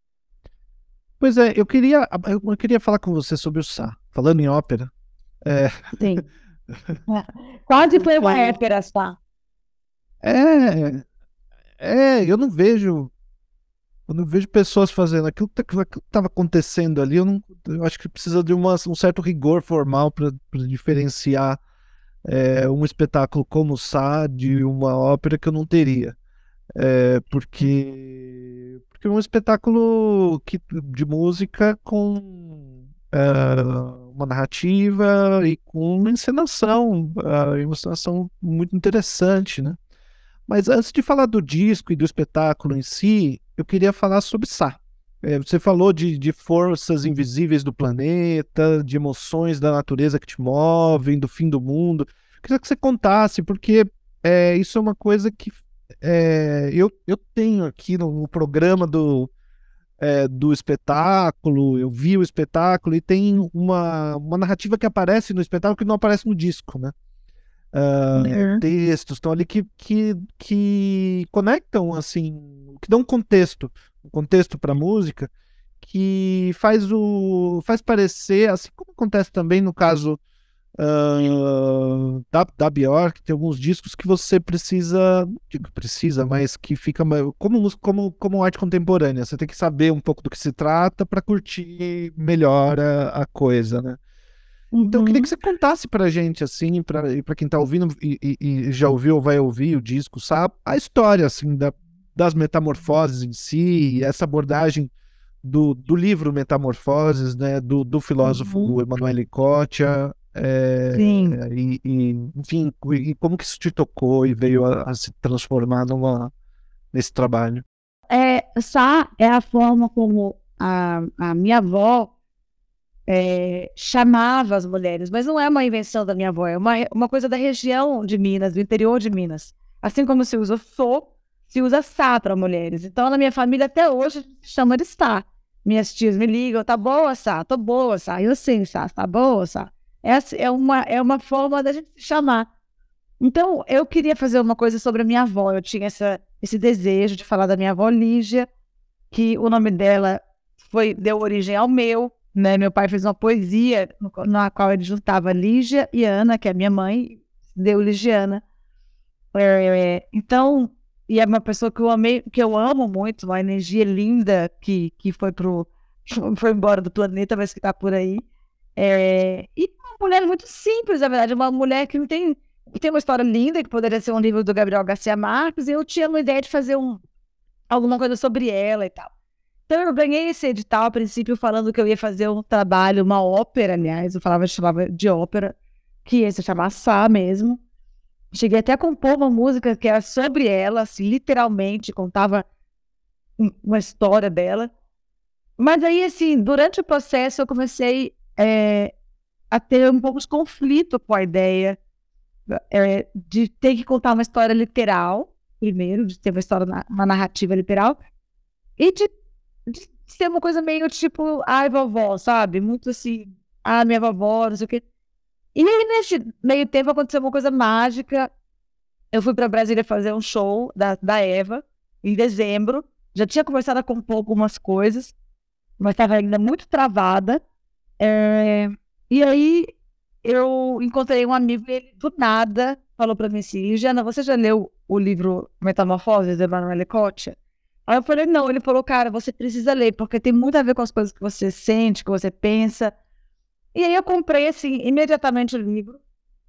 Pois é, eu queria, eu queria falar com você sobre o Sá. Falando em ópera, é, Sim. Quase foi uma ópera, tá? é, é, eu não vejo, eu não vejo pessoas fazendo aquilo que estava acontecendo ali. Eu, não, eu acho que precisa de uma, um certo rigor formal para diferenciar é, um espetáculo como o Sá de uma ópera que eu não teria. É, porque, porque é um espetáculo que, de música com é, uma narrativa e com uma encenação, é, uma encenação muito interessante, né? Mas antes de falar do disco e do espetáculo em si, eu queria falar sobre Sá. É, você falou de, de forças invisíveis do planeta, de emoções da natureza que te movem, do fim do mundo. Eu queria que você contasse, porque é, isso é uma coisa que é, eu, eu tenho aqui no, no programa do, é, do espetáculo, eu vi o espetáculo e tem uma, uma narrativa que aparece no espetáculo que não aparece no disco, né? Uhum. Textos estão ali que, que, que conectam, assim, que dão um contexto, um contexto para a música, que faz o faz parecer, assim como acontece também no caso ah, da, da Bjork, tem alguns discos que você precisa, não digo que precisa, mas que fica ma- como, mus- como, como arte contemporânea, você tem que saber um pouco do que se trata para curtir melhor a, a coisa, né? Então, eu queria que Uhum. você contasse pra gente, assim, pra, para quem tá ouvindo e, e- e já ouviu ou vai ouvir o disco, sabe? A história, assim, da, das metamorfoses em si, e essa abordagem do, do livro Metamorfoses, né, do, do filósofo Uhum. Emanuele Coccia, é, Sim. e, e, enfim, e como que isso te tocou e veio a, a se transformar numa, nesse trabalho? É, Sá é a forma como a, a minha avó é, chamava as mulheres, mas não é uma invenção da minha avó, é uma, uma coisa da região de Minas, do interior de Minas. Assim como se usa Sô, se usa Sá para mulheres. Então, na minha família, até hoje, a gente chama de Sá. Minhas tias me ligam, tá boa, Sá? Tô boa, Sá. Eu sei, Sá, tá boa, Sá. Essa é uma, é uma forma da gente se chamar. Então, eu queria fazer uma coisa sobre a minha avó. Eu tinha essa, esse desejo de falar da minha avó Lígia, que o nome dela foi, deu origem ao meu, né? Meu pai fez uma poesia no, na qual ele juntava Lígia e Ana, que é minha mãe, deu Ligiana. É, então, e é uma pessoa que eu amei, que eu amo muito, uma energia linda que, que foi pro, foi embora do planeta, mas que tá por aí. É, e uma mulher muito simples, na verdade, uma mulher que não tem, que tem uma história linda, que poderia ser um livro do Gabriel Garcia Marques, e eu tinha uma ideia de fazer um, alguma coisa sobre ela e tal. Então eu ganhei esse edital a princípio falando que eu ia fazer um trabalho, uma ópera, aliás, eu falava, chamava de ópera, que ia se chamar Sá mesmo. Cheguei até a compor uma música que era sobre ela, assim, literalmente, contava uma história dela. Mas aí, assim, durante o processo eu comecei é, a ter um pouco de conflito com a ideia é, de ter que contar uma história literal, primeiro, de ter uma história, uma narrativa literal, e de, de ser uma coisa meio tipo, ai, vovó, sabe? Muito assim, ah, minha vovó, não sei o quê. E nesse meio tempo aconteceu uma coisa mágica. Eu fui para Brasília fazer um show da, da Eva, em dezembro. Já tinha começado a compor algumas coisas, mas estava ainda muito travada. É, e aí eu encontrei um amigo e ele, do nada, falou para mim assim, Jana, você já leu o livro Metamorfoses, de Emanuele Coccia? Aí eu falei, não. Ele falou, cara, você precisa ler, porque tem muito a ver com as coisas que você sente, que você pensa. E aí eu comprei, assim, imediatamente o livro.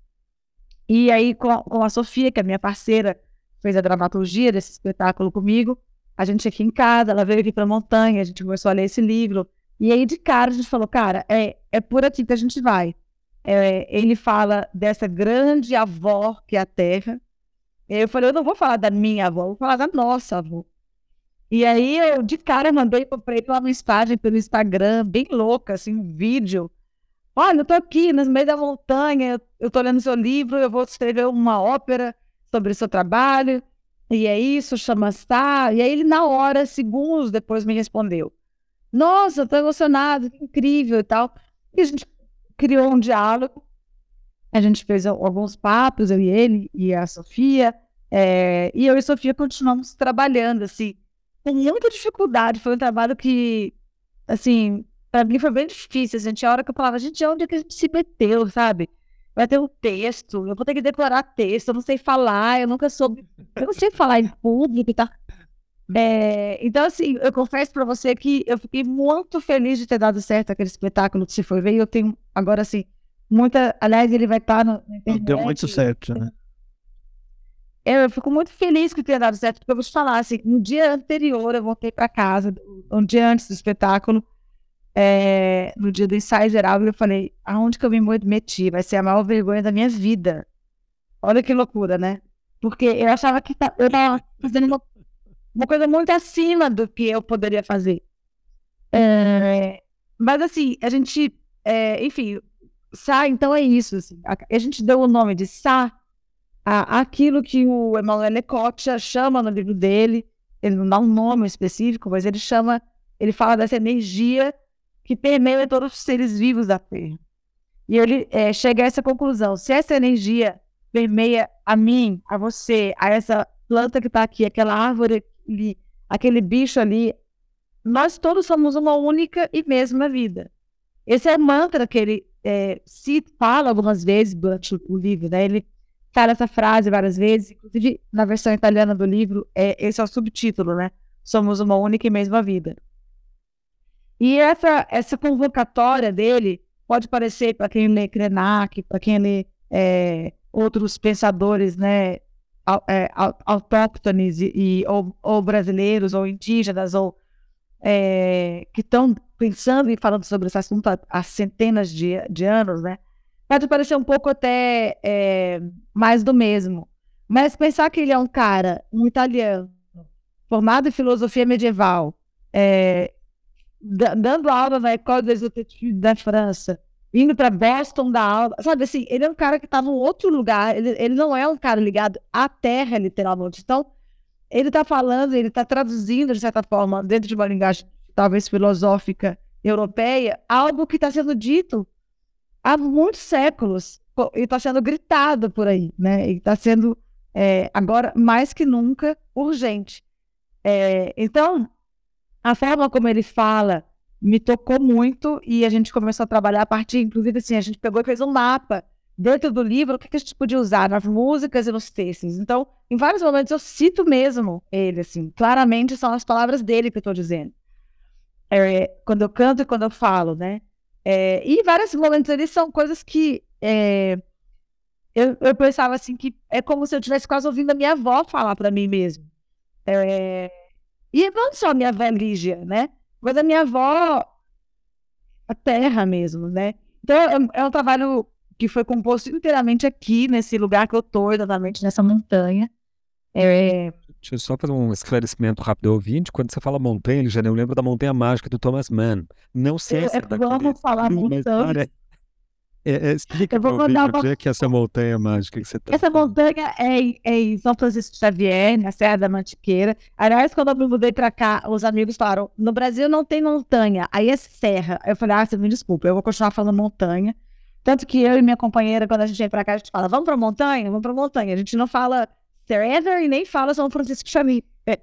E aí, com a, com a Sofia, que é minha parceira, fez a dramaturgia desse espetáculo comigo, a gente aqui em casa, ela veio aqui para a montanha, a gente começou a ler esse livro. E aí, de cara, a gente falou, cara, é, é por aqui que a gente vai. É, ele fala dessa grande avó que é a Terra. E aí eu falei, eu não vou falar da minha avó, eu vou falar da nossa avó. E aí, eu, de cara, mandei para ele uma mensagem pelo Instagram, bem louca, assim, um vídeo. Olha, eu tô aqui no meio da montanha, eu tô lendo seu livro, eu vou escrever uma ópera sobre o seu trabalho, e é isso, chama Sá. E aí ele, na hora, segundos depois, me respondeu. Nossa, eu tô emocionado, que incrível e tal. E a gente criou um diálogo, a gente fez alguns papos, eu e ele, e a Sofia, é, e eu e a Sofia continuamos trabalhando, assim, com muita dificuldade. Foi um trabalho que, assim, para mim foi bem difícil, assim. Tinha hora que eu falava, gente, onde é que a gente se meteu, sabe? Vai ter um texto, eu vou ter que decorar texto, eu não sei falar, eu nunca soube, eu não sei falar em público e tal. É, então, assim, eu confesso pra você que eu fiquei muito feliz de ter dado certo aquele espetáculo que você foi ver, e eu tenho, agora, assim, muita, aliás, ele vai estar na internet. Deu muito certo, né? Eu fico muito feliz que tenha dado certo, porque eu vou te falar, assim, no dia anterior eu voltei pra casa, um dia antes do espetáculo, É, no dia do ensaio geral, eu falei, aonde que eu me meti? Vai ser a maior vergonha da minha vida. Olha que loucura, né? Porque eu achava que eu estava fazendo uma, uma coisa muito acima do que eu poderia fazer. É, mas assim, a gente, é, enfim, Sá, então é isso. Assim, a, a gente deu o nome de Sá a, aquilo que o Emanuele Coccia chama no livro dele. Ele não dá um nome específico, mas ele chama, ele fala dessa energia que permeia todos os seres vivos da Terra. E ele é, chega a essa conclusão: se essa energia permeia a mim, a você, a essa planta que está aqui, aquela árvore ali, aquele bicho ali, nós todos somos uma única e mesma vida. Esse é o mantra que ele é, se fala algumas vezes durante o livro, né? Ele fala essa frase várias vezes, inclusive na versão italiana do livro, é, esse é o subtítulo, né? Somos uma única e mesma vida. E essa, essa convocatória dele pode parecer, para quem lê Krenak, para quem lê é, outros pensadores, né, é, autóctones, e, e, ou, ou brasileiros, ou indígenas, ou é, que estão pensando e falando sobre esse assunto há, há centenas de, de anos, né? Pode parecer um pouco até é, mais do mesmo. Mas pensar que ele é um cara, um italiano, formado em filosofia medieval, é, dando aula na École des Études da França, indo para Boston dar aula, sabe assim, ele é um cara que está num outro lugar, ele, ele não é um cara ligado à terra, literalmente. Então, ele está falando, ele está traduzindo, de certa forma, dentro de uma linguagem talvez filosófica europeia, algo que está sendo dito há muitos séculos, e está sendo gritado por aí, né? E está sendo, é, agora, mais que nunca, urgente. É, então, a forma como ele fala me tocou muito e a gente começou a trabalhar a partir, inclusive assim, a gente pegou e fez um mapa dentro do livro, o que, que a gente podia usar nas músicas e nos textos. Então, em vários momentos eu cito mesmo ele, assim, claramente são as palavras dele que eu estou dizendo. É, quando eu canto e quando eu falo, né? É, e em vários momentos eles são coisas que é, eu, eu pensava assim, que é como se eu estivesse quase ouvindo a minha avó falar para mim mesmo. É, e não só a minha avó Lígia, né? Mas a minha avó, a terra mesmo, né? Então é, é um trabalho que foi composto inteiramente aqui, nesse lugar que eu tô, exatamente nessa montanha. É... Deixa eu só fazer um esclarecimento rápido ao ouvinte. Quando você fala montanha, ele já eu lembro da Montanha Mágica do Thomas Mann. Não sei eu, se é eu daquele... vamos falar montanha. É, é, explica para o ouvinte o que é que é essa montanha mágica que você está Essa falando. montanha é em, é em São Francisco Xavier, na Serra da Mantiqueira. Aliás, quando eu me mudei pra cá, os amigos falaram, no Brasil não tem montanha, aí é serra. Eu falei, ah, você me desculpa, eu vou continuar falando montanha. Tanto que eu e minha companheira, quando a gente vem pra cá, a gente fala, vamos pra montanha? Vamos pra montanha. A gente não fala Serra e nem fala São Francisco Xavier.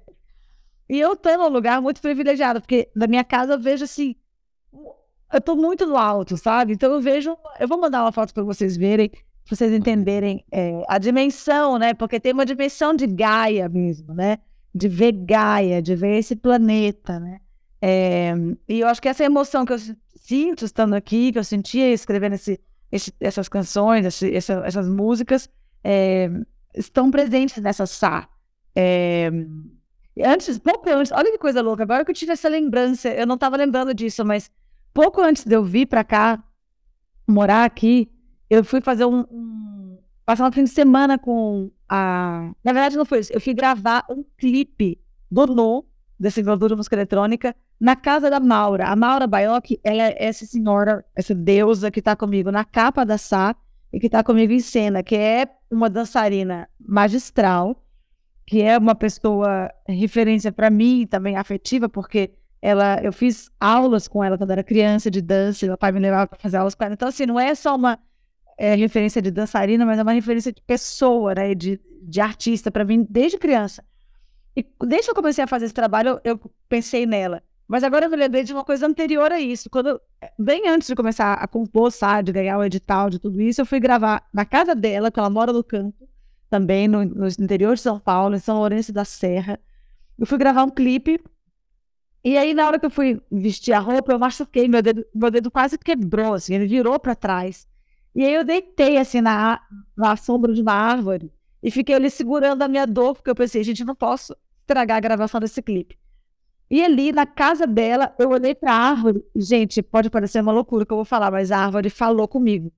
E eu tô num lugar muito privilegiado, porque da minha casa eu vejo assim, eu tô muito no alto, sabe? Então eu vejo, eu vou mandar uma foto para vocês verem, para vocês entenderem é, a dimensão, né? Porque tem uma dimensão de Gaia mesmo, né? De ver Gaia, de ver esse planeta, né? É, e eu acho que essa emoção que eu sinto estando aqui, que eu sentia escrevendo esse, esse, essas canções, esse, essa, essas músicas, é, estão presentes nessa Sá. É, antes, pouco antes, olha que coisa louca, agora que eu tive essa lembrança, eu não estava lembrando disso, mas pouco antes de eu vir para cá, morar aqui, eu fui fazer um, um... passar um fim de semana com a... Na verdade, não foi isso. Eu fui gravar um clipe do No, desse gravador de música eletrônica, na casa da Maura. A Maura Baiocchi, ela é essa senhora, essa deusa que está comigo na capa da Sá e que está comigo em cena, que é uma dançarina magistral, que é uma pessoa referência para mim, também afetiva, porque ela, eu fiz aulas com ela quando era criança de dança, e meu pai me levava para fazer aulas com ela. Então, assim, não é só uma é, referência de dançarina, mas é uma referência de pessoa, né, de, de artista para mim desde criança. E desde que eu comecei a fazer esse trabalho, eu, eu pensei nela. Mas agora eu me lembrei de uma coisa anterior a isso. Quando, bem antes de começar a compor, sabe, de ganhar o edital, de tudo isso, eu fui gravar na casa dela, que ela mora no campo, também no, no interior de São Paulo, em São Lourenço da Serra. Eu fui gravar um clipe. E aí, na hora que eu fui vestir a roupa, eu machuquei, meu dedo, meu dedo quase quebrou, assim, ele virou para trás. E aí eu deitei, assim, na, na sombra de uma árvore e fiquei ali segurando a minha dor, porque eu pensei, gente, não posso estragar a gravação desse clipe. E ali, na casa dela, eu olhei para a árvore, gente, pode parecer uma loucura que eu vou falar, mas a árvore falou comigo.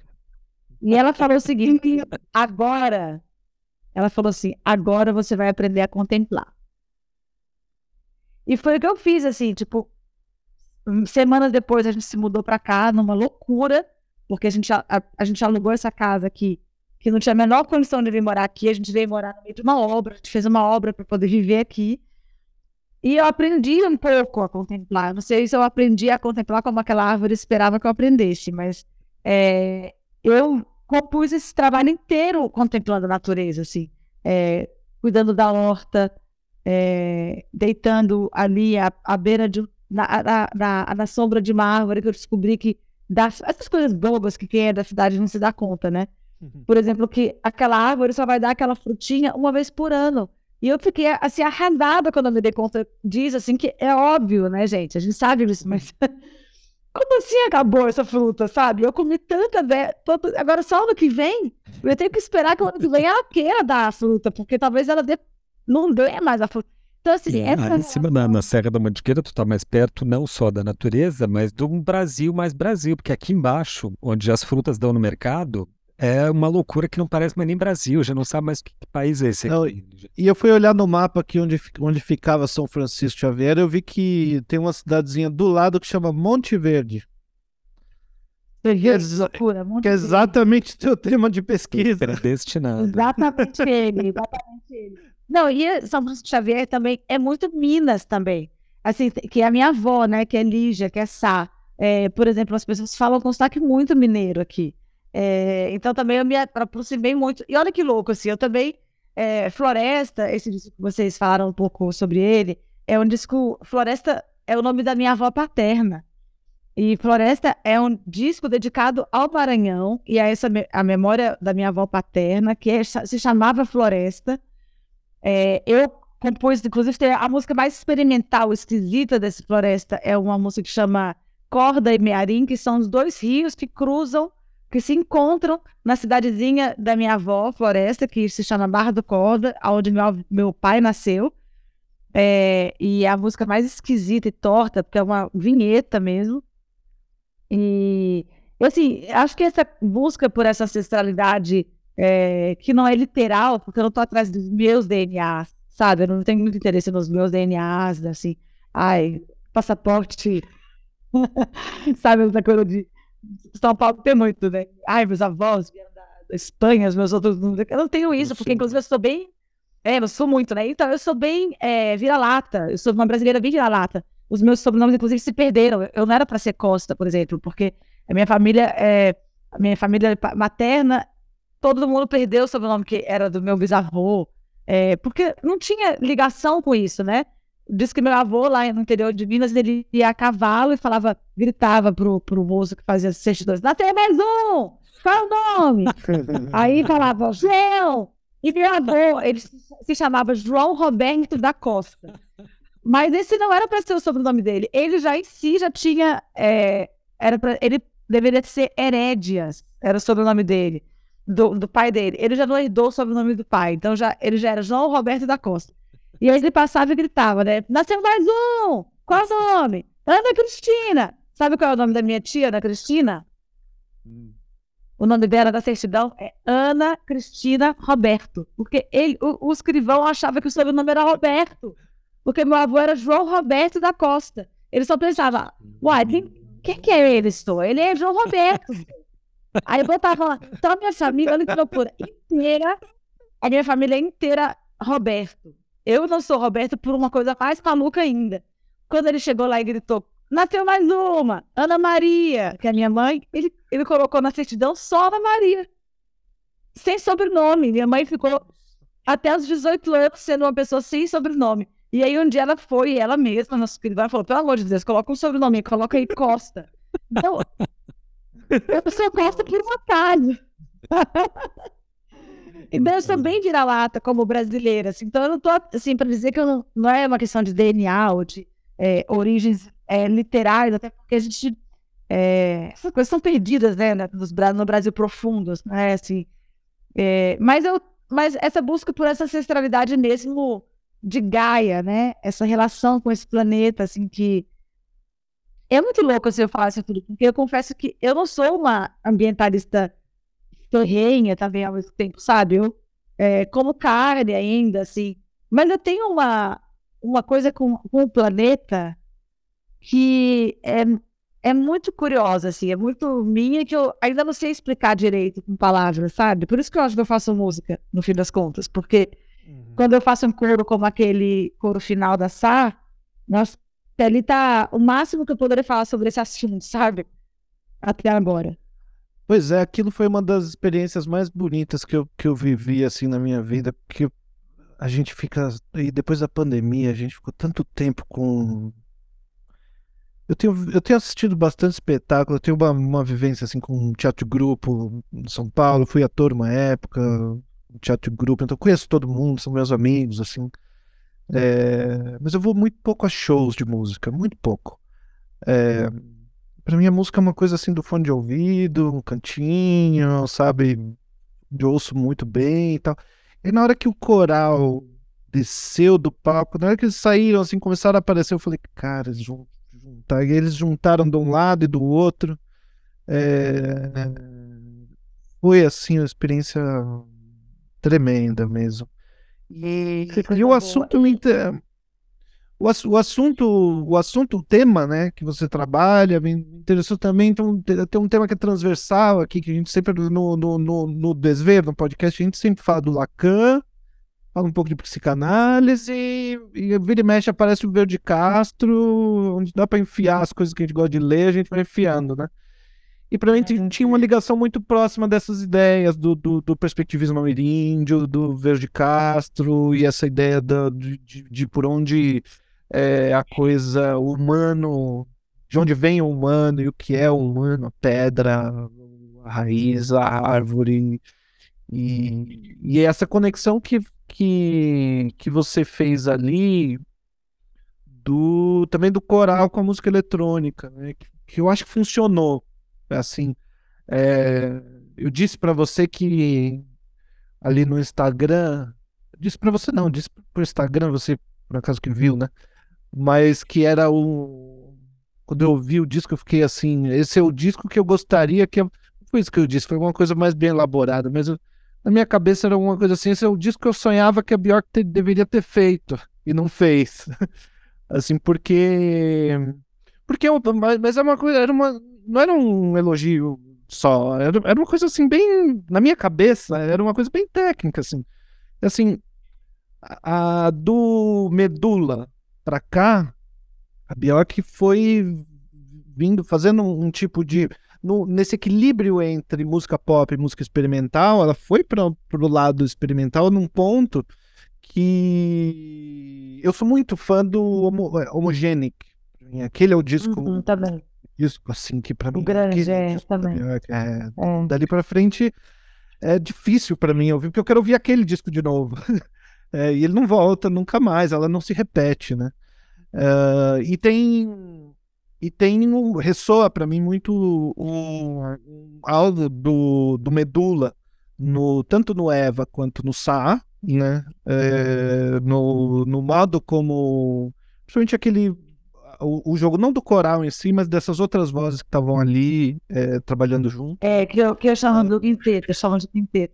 E ela falou o seguinte, agora, ela falou assim, agora você vai aprender a contemplar. E foi o que eu fiz, assim, tipo, semanas depois a gente se mudou pra cá, numa loucura, porque a gente, a, a gente alugou essa casa aqui, que não tinha a menor condição de vir morar aqui, a gente veio morar no meio de uma obra, a gente fez uma obra para poder viver aqui, e eu aprendi um pouco a contemplar, não sei se eu aprendi a contemplar como aquela árvore esperava que eu aprendesse, mas é, eu compus esse trabalho inteiro contemplando a natureza, assim, é, cuidando da horta, É, deitando ali à, à beira de na, na, na, na sombra de uma árvore, que eu descobri que das, essas coisas bobas que quem é da cidade não se dá conta, né? Uhum. Por exemplo, que aquela árvore só vai dar aquela frutinha uma vez por ano. E eu fiquei assim arrasada quando eu me dei conta disso, assim, que é óbvio, né, gente? A gente sabe disso, mas como assim acabou essa fruta, sabe? Eu comi tanta velha, agora só ano que vem eu tenho que esperar que o ano que vem ela queira dar a fruta, porque talvez ela dê não dê mais a fruta. Então, assim, Ah, essa em cima na, na Serra da Mantiqueira, tu tá mais perto não só da natureza, mas de um Brasil mais Brasil, porque aqui embaixo, onde as frutas dão no mercado, é uma loucura que não parece mais nem Brasil, já não sabe mais que, que país é esse Não, aqui. e eu fui olhar no mapa aqui onde, fi- onde ficava São Francisco Xavier, eu vi que tem uma cidadezinha do lado que chama Monte Verde, que é, exa- loucura, muito que é grande. exatamente teu tema de pesquisa. Predestinado. Exatamente ele, exatamente ele. Não, e São Francisco Xavier também é muito Minas também. Assim, que é a minha avó, né, que é Lígia, que é Sá. É, por exemplo, as pessoas falam com sotaque muito mineiro aqui. É, então também eu me aproximei muito. E olha que louco, assim, eu também. é, Floresta, esse disco que vocês falaram um pouco sobre ele, é um disco. Floresta é o nome da minha avó paterna. E Floresta é um disco dedicado ao Maranhão e a essa me- a memória da minha avó paterna, que é- se chamava Floresta. É, eu compus, inclusive, tem a música mais experimental, esquisita desse Floresta é uma música que chama Corda e Mearim, que são os dois rios que cruzam, que se encontram na cidadezinha da minha avó, Floresta, que se chama Barra do Corda, onde meu, av- meu pai nasceu. É, e é a música mais esquisita e torta, porque é uma vinheta mesmo. E, assim, acho que essa busca por essa ancestralidade, é, que não é literal, porque eu não estou atrás dos meus D N As, sabe? Eu não tenho muito interesse nos meus D N As, assim, ai, passaporte, sabe? Essa coisa de São Paulo tem muito, né? Ai, meus avós vieram da da Espanha, os meus outros. Eu não tenho isso, porque, inclusive, eu sou bem. É, eu sou muito, né? Então, eu sou bem é, vira-lata. Eu sou uma brasileira bem vira-lata. Os meus sobrenomes, inclusive, se perderam. Eu não era para ser Costa, por exemplo, porque a minha família, é, a minha família pa- materna, todo mundo perdeu o sobrenome que era do meu bisavô, é, porque não tinha ligação com isso, né? Diz que meu avô, lá no interior de Minas, ele ia a cavalo e falava, gritava pro, pro moço que fazia certidões, lá tem mais um! Qual é o nome? Aí falava, João! E meu avô, ele se se chamava João Roberto da Costa. Mas esse não era para ser o sobrenome dele. Ele já em si já tinha. é, era pra, ele deveria ser Herédias, era o sobrenome dele, do, do pai dele. Ele já não herdou o sobrenome do pai. Então já, ele já era João Roberto da Costa. E aí ele passava e gritava, né? Nasceu mais um! Qual é o nome? Ana Cristina! Sabe qual é o nome da minha tia, Ana Cristina? O nome dela da certidão é Ana Cristina Roberto. Porque ele, o, o escrivão achava que o sobrenome era Roberto. Porque meu avô era João Roberto da Costa. Ele só pensava, uai, quem, quem que é ele, estou? Ele é João Roberto. Aí eu botava lá, então a minha família, olha que loucura, inteira, a minha família é inteira Roberto. Eu não sou Roberto por uma coisa mais maluca ainda. Quando ele chegou lá e gritou, nasceu mais uma, Ana Maria, que é a minha mãe, ele, ele colocou na certidão só Ana Maria, sem sobrenome. Minha mãe ficou até os dezoito anos sendo uma pessoa sem sobrenome. E aí um dia ela foi, ela mesma, nossa escrivã, falou, pelo amor de Deus, coloca um sobrenome, coloca aí Costa. Então, eu sou Costa por um acaso. Então eu sou bem vira-lata como brasileira, assim. Então eu não tô, assim, para dizer que eu não, não é uma questão de D N A ou de é, origens é, literais, até porque a gente, é, essas coisas são perdidas, né, né, nos Bra- no Brasil profundo, né, assim. É, mas, eu, mas essa busca por essa ancestralidade mesmo de Gaia, né, essa relação com esse planeta, assim, que é muito louco se eu falar isso tudo, porque eu confesso que eu não sou uma ambientalista ferrenha também ao mesmo tempo, sabe? Eu é, como carne ainda, assim. Mas eu tenho uma, uma coisa com, com o planeta que é, é muito curiosa, assim, é muito minha, que eu ainda não sei explicar direito com palavras, sabe? Por isso que eu acho que eu faço música, no fim das contas, porque quando eu faço um coro como aquele coro final da Sá, nossa, ali tá o máximo que eu poderia falar sobre esse assunto, sabe? Até agora. Pois é, aquilo foi uma das experiências mais bonitas que eu, que eu vivi assim na minha vida, porque a gente fica, e depois da pandemia, a gente ficou tanto tempo com. Eu tenho, eu tenho assistido bastante espetáculo, eu tenho uma, uma vivência assim com um teatro de grupo em São Paulo, fui ator uma época, um teatro de grupo, então eu conheço todo mundo, são meus amigos, assim. É, mas eu vou muito pouco a shows de música, muito pouco. É, para mim a música é uma coisa assim do fone de ouvido, um cantinho, sabe? Eu ouço muito bem e tal. E na hora que o coral desceu do palco, na hora que eles saíram, assim, começaram a aparecer, eu falei, cara, eles jun- juntaram, e eles juntaram de um lado e do outro. É, foi, assim, uma experiência tremenda mesmo. E, Que e coisa o boa. assunto, me inter- o, ass- o assunto, o assunto, o tema, né, que você trabalha, me interessou também. Então, te- tem um tema que é transversal aqui, que a gente sempre, no, no, no, no Desver, no podcast, a gente sempre fala do Lacan, fala um pouco de psicanálise, e vira e mexe aparece o Verde Castro, onde dá para enfiar as coisas que a gente gosta de ler, a gente vai enfiando, né? E para mim t- tinha uma ligação muito próxima dessas ideias do, do, do perspectivismo ameríndio, do Verde Castro, e essa ideia da, de, de, de por onde é a coisa, o humano, de onde vem o humano e o que é o humano, a pedra, a raiz, a árvore. E, e essa conexão que, que, que você fez ali, do, também do coral com a música eletrônica, né? Que, que eu acho que funcionou. Assim, é, eu disse pra você que ali no Instagram, disse pra você não, disse pro Instagram, você por acaso que viu, né? Mas que era o. Quando eu ouvi o disco, eu fiquei assim: esse é o disco que eu gostaria que. eu- Não foi isso que eu disse, foi uma coisa mais bem elaborada, mas eu- na minha cabeça era uma coisa assim: esse é o disco que eu sonhava que a Björk te- deveria ter feito e não fez. Assim, porque. Porque, eu- mas, mas é uma coisa, era uma, não era um elogio só, era, era uma coisa assim, bem. Na minha cabeça, era uma coisa bem técnica, assim. Assim, a, a do Medula pra cá. A Bjork foi vindo, fazendo um, um tipo de. No- nesse equilíbrio entre música pop e música experimental, ela foi para o lado experimental num ponto que. Eu sou muito fã do Homo, é, Homogenic. Aquele é o Uhum, disco, também. disco assim, que para O mim, grande, aquele é o é, disco da também. Bjork. É, É. dali para frente é difícil para mim ouvir, porque eu quero ouvir aquele disco de novo. É, e ele não volta nunca mais, ela não se repete, né? Ah, e tem e tem um, ressoa para mim muito um, um algo do, do Medula no tanto no Eva quanto no Sa, né? É, no, no modo como principalmente aquele o, o jogo não do coral em si, mas dessas outras vozes que estavam ali é, trabalhando junto, né? É, que eu, que eu chamo do quinteto, eu chamo de quinteto.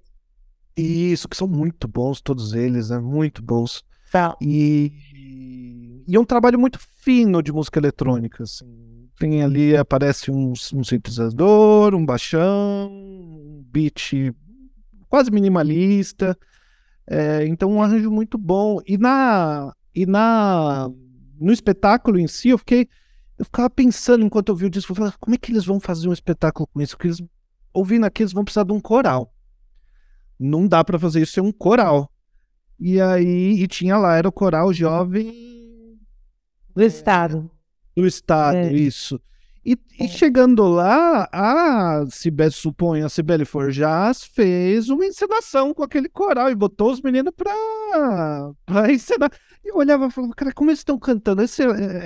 E isso que são muito bons todos eles, né? Muito bons. Tá. E, e é um trabalho muito fino de música eletrônica, assim. Tem ali, aparece um, um sintetizador, um baixão, um beat quase minimalista. É, então um arranjo muito bom. E na e na no espetáculo em si, eu fiquei eu ficava pensando enquanto eu vi o disco, eu falava, como é que eles vão fazer um espetáculo com isso? Porque eles ouvindo aqui, eles vão precisar de um coral. Não dá para fazer isso sem um coral. E aí, e tinha lá, era o coral jovem Do estado. do estado, É. isso. E, e É. chegando lá, a Cibele, suponho, a Cibele Forjás fez uma encenação com aquele coral e botou os meninos pra, pra encenar. E eu olhava e falava, cara, como eles estão cantando esse,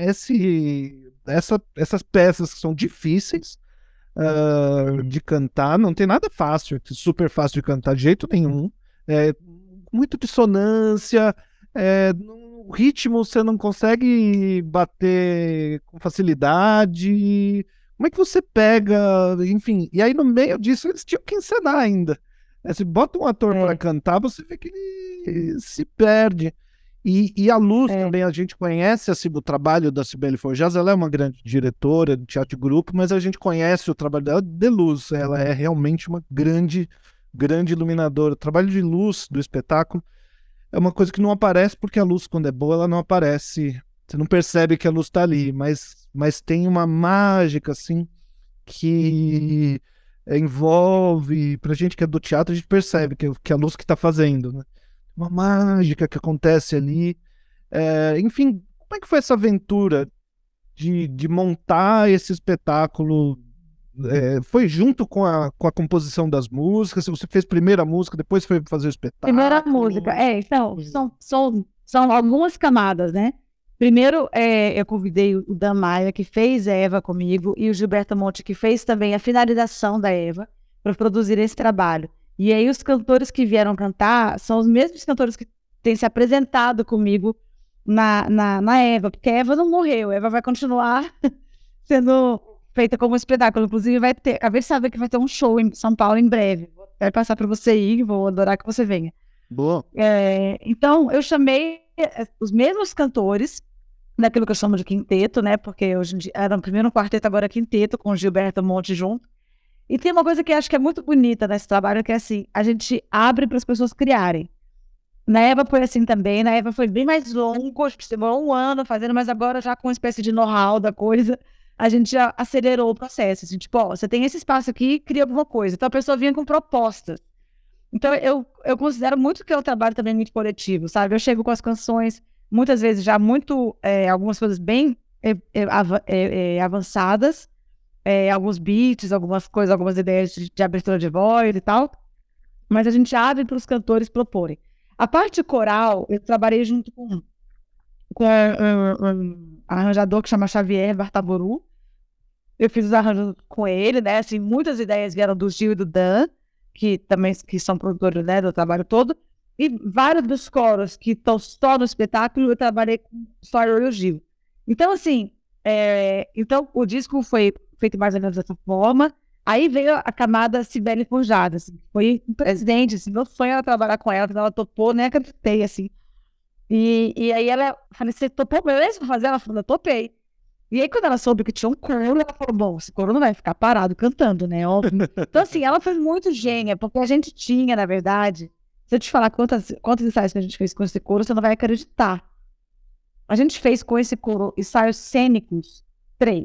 esse, essa, essas peças que são difíceis ah, de cantar, não tem nada fácil, super fácil de cantar de jeito nenhum. É, muito dissonância, é, no ritmo você não consegue bater com facilidade. Como é que você pega, enfim, e aí no meio disso eles tinham que encenar ainda. É, se bota um ator É. para cantar, você vê que ele se perde. E, e a Luz É. também, a gente conhece assim, o trabalho da Cibele Forjás, ela é uma grande diretora de teatro de grupo, mas a gente conhece o trabalho dela de luz, ela é realmente uma grande, grande iluminadora. O trabalho de luz do espetáculo é uma coisa que não aparece, porque a luz, quando é boa, ela não aparece, você não percebe que a luz está ali, mas, mas tem uma mágica, assim, que envolve, pra gente que é do teatro, a gente percebe que, que é a luz que está fazendo, né? Uma mágica que acontece ali. É, enfim, como é que foi essa aventura de, de montar esse espetáculo? É, foi junto com a, com a composição das músicas? Você fez primeiro a música, depois foi fazer o espetáculo? Primeira música. É, então, são, são, são algumas camadas, né? Primeiro, é, eu convidei o Dan Maia, que fez a Eva comigo, e o Gilberto Monte, que fez também a finalização da Eva, para produzir esse trabalho. E aí, os cantores que vieram cantar são os mesmos cantores que tem se apresentado comigo na, na, na Eva, porque a Eva não morreu, a Eva vai continuar sendo feita como espetáculo. Inclusive, vai ter, acabei de saber que vai ter um show em São Paulo em breve. Quero passar para você ir, vou adorar que você venha. Boa. É, então, eu chamei os mesmos cantores, daquilo que eu chamo de quinteto, né? Porque hoje em dia era o primeiro quarteto, agora é quinteto, com o Gilberto Monte junto. E tem uma coisa que eu acho que é muito bonita nesse trabalho, que é assim, a gente abre para as pessoas criarem. Na Eva foi assim também, na Eva foi bem mais longo, a gente demorou um ano fazendo, mas agora já com uma espécie de know-how da coisa, a gente já acelerou o processo. Assim, tipo, ó, você tem esse espaço aqui, cria alguma coisa. Então a pessoa vinha com propostas. Então eu, eu considero muito que é um trabalho também muito coletivo, sabe? Eu chego com as canções, muitas vezes já muito, é, algumas coisas bem é, é, av é, é, avançadas, é, alguns beats, algumas coisas, algumas ideias de, de abertura de voz e tal, mas a gente abre para os cantores proporem. A parte coral, eu trabalhei junto com, com um, um, um arranjador que chama Xavier Bartaburu. Eu fiz os arranjos com ele, né? Assim, muitas ideias vieram do Gil e do Dan, que também que são produtores, né, do trabalho todo, e vários dos coros que estão só no espetáculo, eu trabalhei com só eu e o Gil. Então, assim, é, então, o disco foi feito mais ou menos dessa forma. Aí veio a camada Cibele Forjada, assim, foi um presente, assim, meu sonho era trabalhar com ela, quando ela topou, nem acreditei, assim. E, e aí ela, falei, você topou mesmo fazer? Ela falou, eu topei. E aí, quando ela soube que tinha um coro, ela falou, bom, esse coro não vai ficar parado cantando, né? Óbvio. Então, assim, ela foi muito gênia, porque a gente tinha, na verdade, se eu te falar quantas, quantos ensaios que a gente fez com esse coro, você não vai acreditar. A gente fez com esse coro ensaios cênicos, três.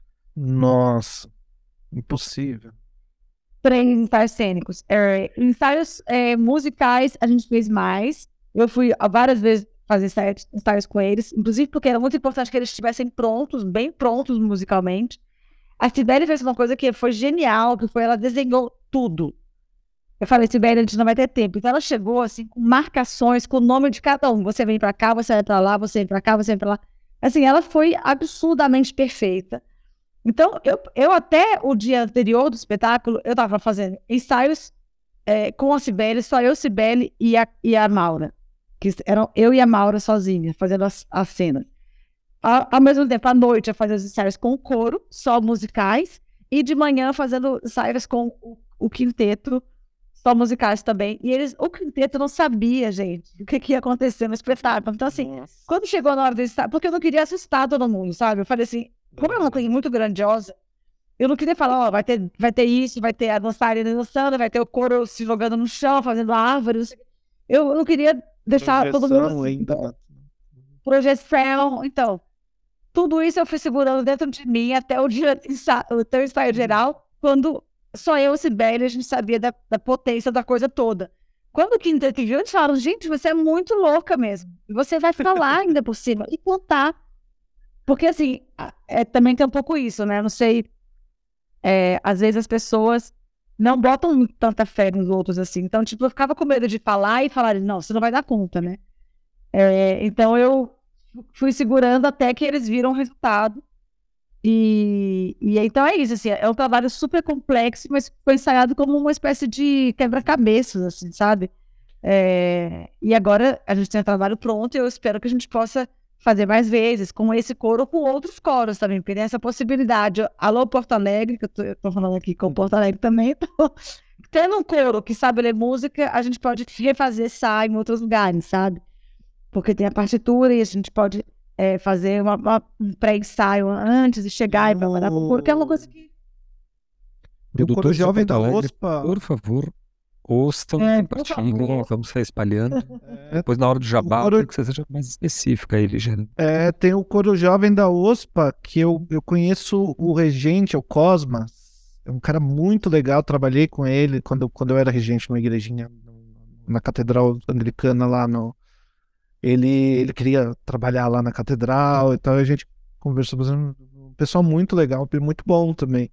Nossa, impossível. Três ensaios cênicos. É, ensaios é, musicais, a gente fez mais. Eu fui várias vezes fazer ensaios, ensaios com eles, inclusive porque era muito importante que eles estivessem prontos, bem prontos musicalmente. A Cibele fez uma coisa que foi genial, que foi ela desenhou tudo. Eu falei, Cibele, a gente não vai ter tempo. Então ela chegou assim com marcações, com o nome de cada um. Você vem pra cá, você vai pra lá, você vem pra cá, você vem pra lá. Assim, ela foi absurdamente perfeita. Então, eu, eu até o dia anterior do espetáculo, eu tava fazendo ensaios é, com a Cibele, só eu, Cibele e a, e a Maura. Que eram eu e a Maura sozinha, fazendo as, as cenas. Ao, ao mesmo tempo, à noite, eu fazia os ensaios com o coro, só musicais, e de manhã fazendo ensaios com o, o quinteto, só musicais também. E eles, o quinteto não sabia, gente, o que, que ia acontecer no espetáculo. Então, assim, Nossa. Quando chegou na hora do ensaio, porque eu não queria assustar todo mundo, sabe? Eu falei assim, como é uma coisa muito grandiosa, eu não queria falar, ó, vai ter, vai ter isso, vai ter a dançarina dançando, vai ter o coro se jogando no chão, fazendo árvore, não sei o que. Eu não queria deixar todo mundo... Ainda. Projeção, então. Tudo isso eu fui segurando dentro de mim até o dia do ensaio geral, quando só eu e Cibele, a gente sabia da, da potência da coisa toda. Quando o quinteto viu, eles falaram, gente, você é muito louca mesmo. Você vai falar ainda por cima e contar. Porque, assim, é, também tem um pouco isso, né? Não sei, é, às vezes as pessoas não botam tanta fé nos outros, assim. Então, tipo, eu ficava com medo de falar e falar, não, você não vai dar conta, né? É, então, eu fui segurando até que eles viram o resultado. E, e então é isso, assim, é um trabalho super complexo, mas foi ensaiado como uma espécie de quebra-cabeças, assim, sabe? É, e agora a gente tem o trabalho pronto e eu espero que a gente possa fazer mais vezes, com esse coro ou com outros coros também, porque tem essa possibilidade. Alô, Porto Alegre, que eu tô, eu tô falando aqui com o Porto Alegre também, tô, tendo um coro que sabe ler música, a gente pode refazer sai em outros lugares, sabe? Porque tem a partitura e a gente pode é, fazer uma, uma, um pré-ensaio antes de chegar e mandar pro coro, que é uma coisa que... O coro jovem da Alegre, OSPA... por favor, ouçam, É, compartilhem, vamos sair espalhando. É, Depois, na hora do jabá, coro... tem que você seja mais específica aí, Ligiane. É, tem o coro jovem da OSPA, que eu, eu conheço o regente, o Cosma. É um cara muito legal, trabalhei com ele quando, quando eu era regente numa igrejinha na Catedral Anglicana lá no... Ele, ele queria trabalhar lá na Catedral, então a gente conversou com um pessoal muito legal, muito bom também.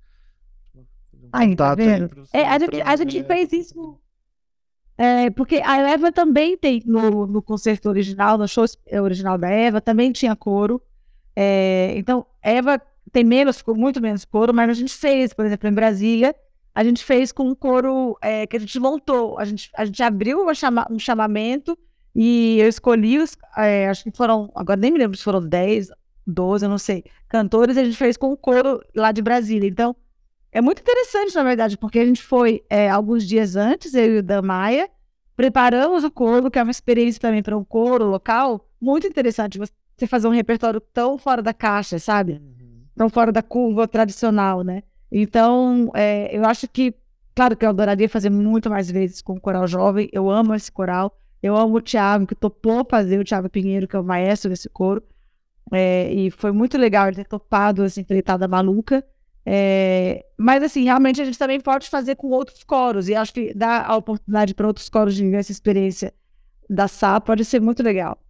Ai, tá vendo? É, a, gente, a gente fez isso... É, porque a Eva também tem, no, no concerto original, no show original da Eva, também tinha coro. É, então, Eva tem menos, muito menos coro, mas a gente fez, por exemplo, em Brasília, a gente fez com um coro é, que a gente montou. A gente, a gente abriu uma chama, um chamamento E eu escolhi os, é, acho que foram, agora nem me lembro se foram dez, doze, eu não sei, cantores, e a gente fez com o coro lá de Brasília. Então, é muito interessante, na verdade, porque a gente foi é, alguns dias antes, eu e o Dan Maia, preparamos o coro, que é uma experiência também para um coro local, muito interessante, você fazer um repertório tão fora da caixa, sabe? Tão fora da curva tradicional, né? Então, é, eu acho que, claro que eu adoraria fazer muito mais vezes com o Coral Jovem, eu amo esse coral, eu amo o Thiago, que topou fazer, o Thiago Pinheiro, que é o maestro desse coro, é, e foi muito legal ele ter topado essa empreitada maluca, é, mas assim, realmente a gente também pode fazer com outros coros, e acho que dar a oportunidade para outros coros de viver essa experiência da S A pode ser muito legal.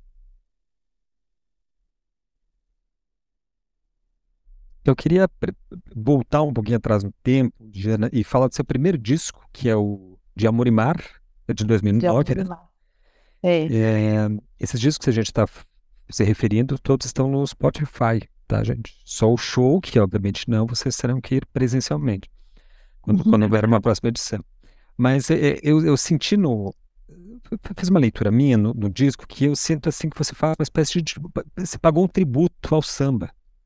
Eu queria pre- voltar um pouquinho atrás no tempo, Diana, e falar do seu primeiro disco, que é o De Amor e Mar, é de dois mil e nove, né? É. É, esses discos que a gente está se referindo, todos estão no Spotify, tá, gente? Só o show, que obviamente não, vocês terão que ir presencialmente, quando, Uhum. quando houver uma próxima edição. Mas é, eu, eu senti no... eu fiz uma leitura minha no, no disco, que eu sinto assim que você faz uma espécie de... você pagou um tributo ao samba.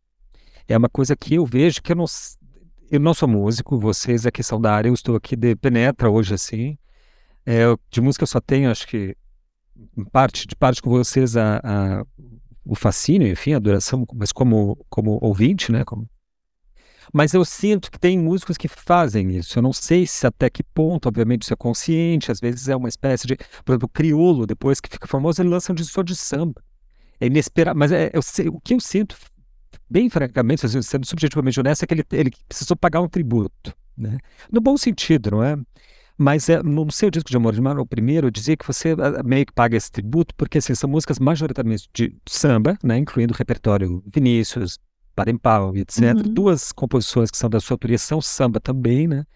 É uma coisa que eu vejo que eu não... eu não sou músico, vocês aqui são da área, eu estou aqui de penetra hoje, assim. É, eu- de música eu só tenho, acho que, em parte, de parte com vocês, a, a- o fascínio, enfim, a adoração, mas como, como ouvinte, né? Como... Mas eu sinto que tem músicos que fazem isso. Eu não sei se até que ponto, obviamente, isso é consciente, às vezes é uma espécie de... Por exemplo, o Criolo, depois que fica famoso, ele lança um disco só de samba. É inesperado, mas é, eu sei- o que eu sinto, bem francamente, assim, sendo subjetivamente honesto, é que ele, ele precisou pagar um tributo, né? No bom sentido, não é? Mas é, no seu disco de Amor de Mar, o primeiro, eu dizia que você ah, meio que paga esse tributo, porque assim, são músicas majoritariamente de samba, né, incluindo o repertório Vinícius, Baden Powell, etcétera. Uhum. Duas composições que são da sua autoria são samba também, né?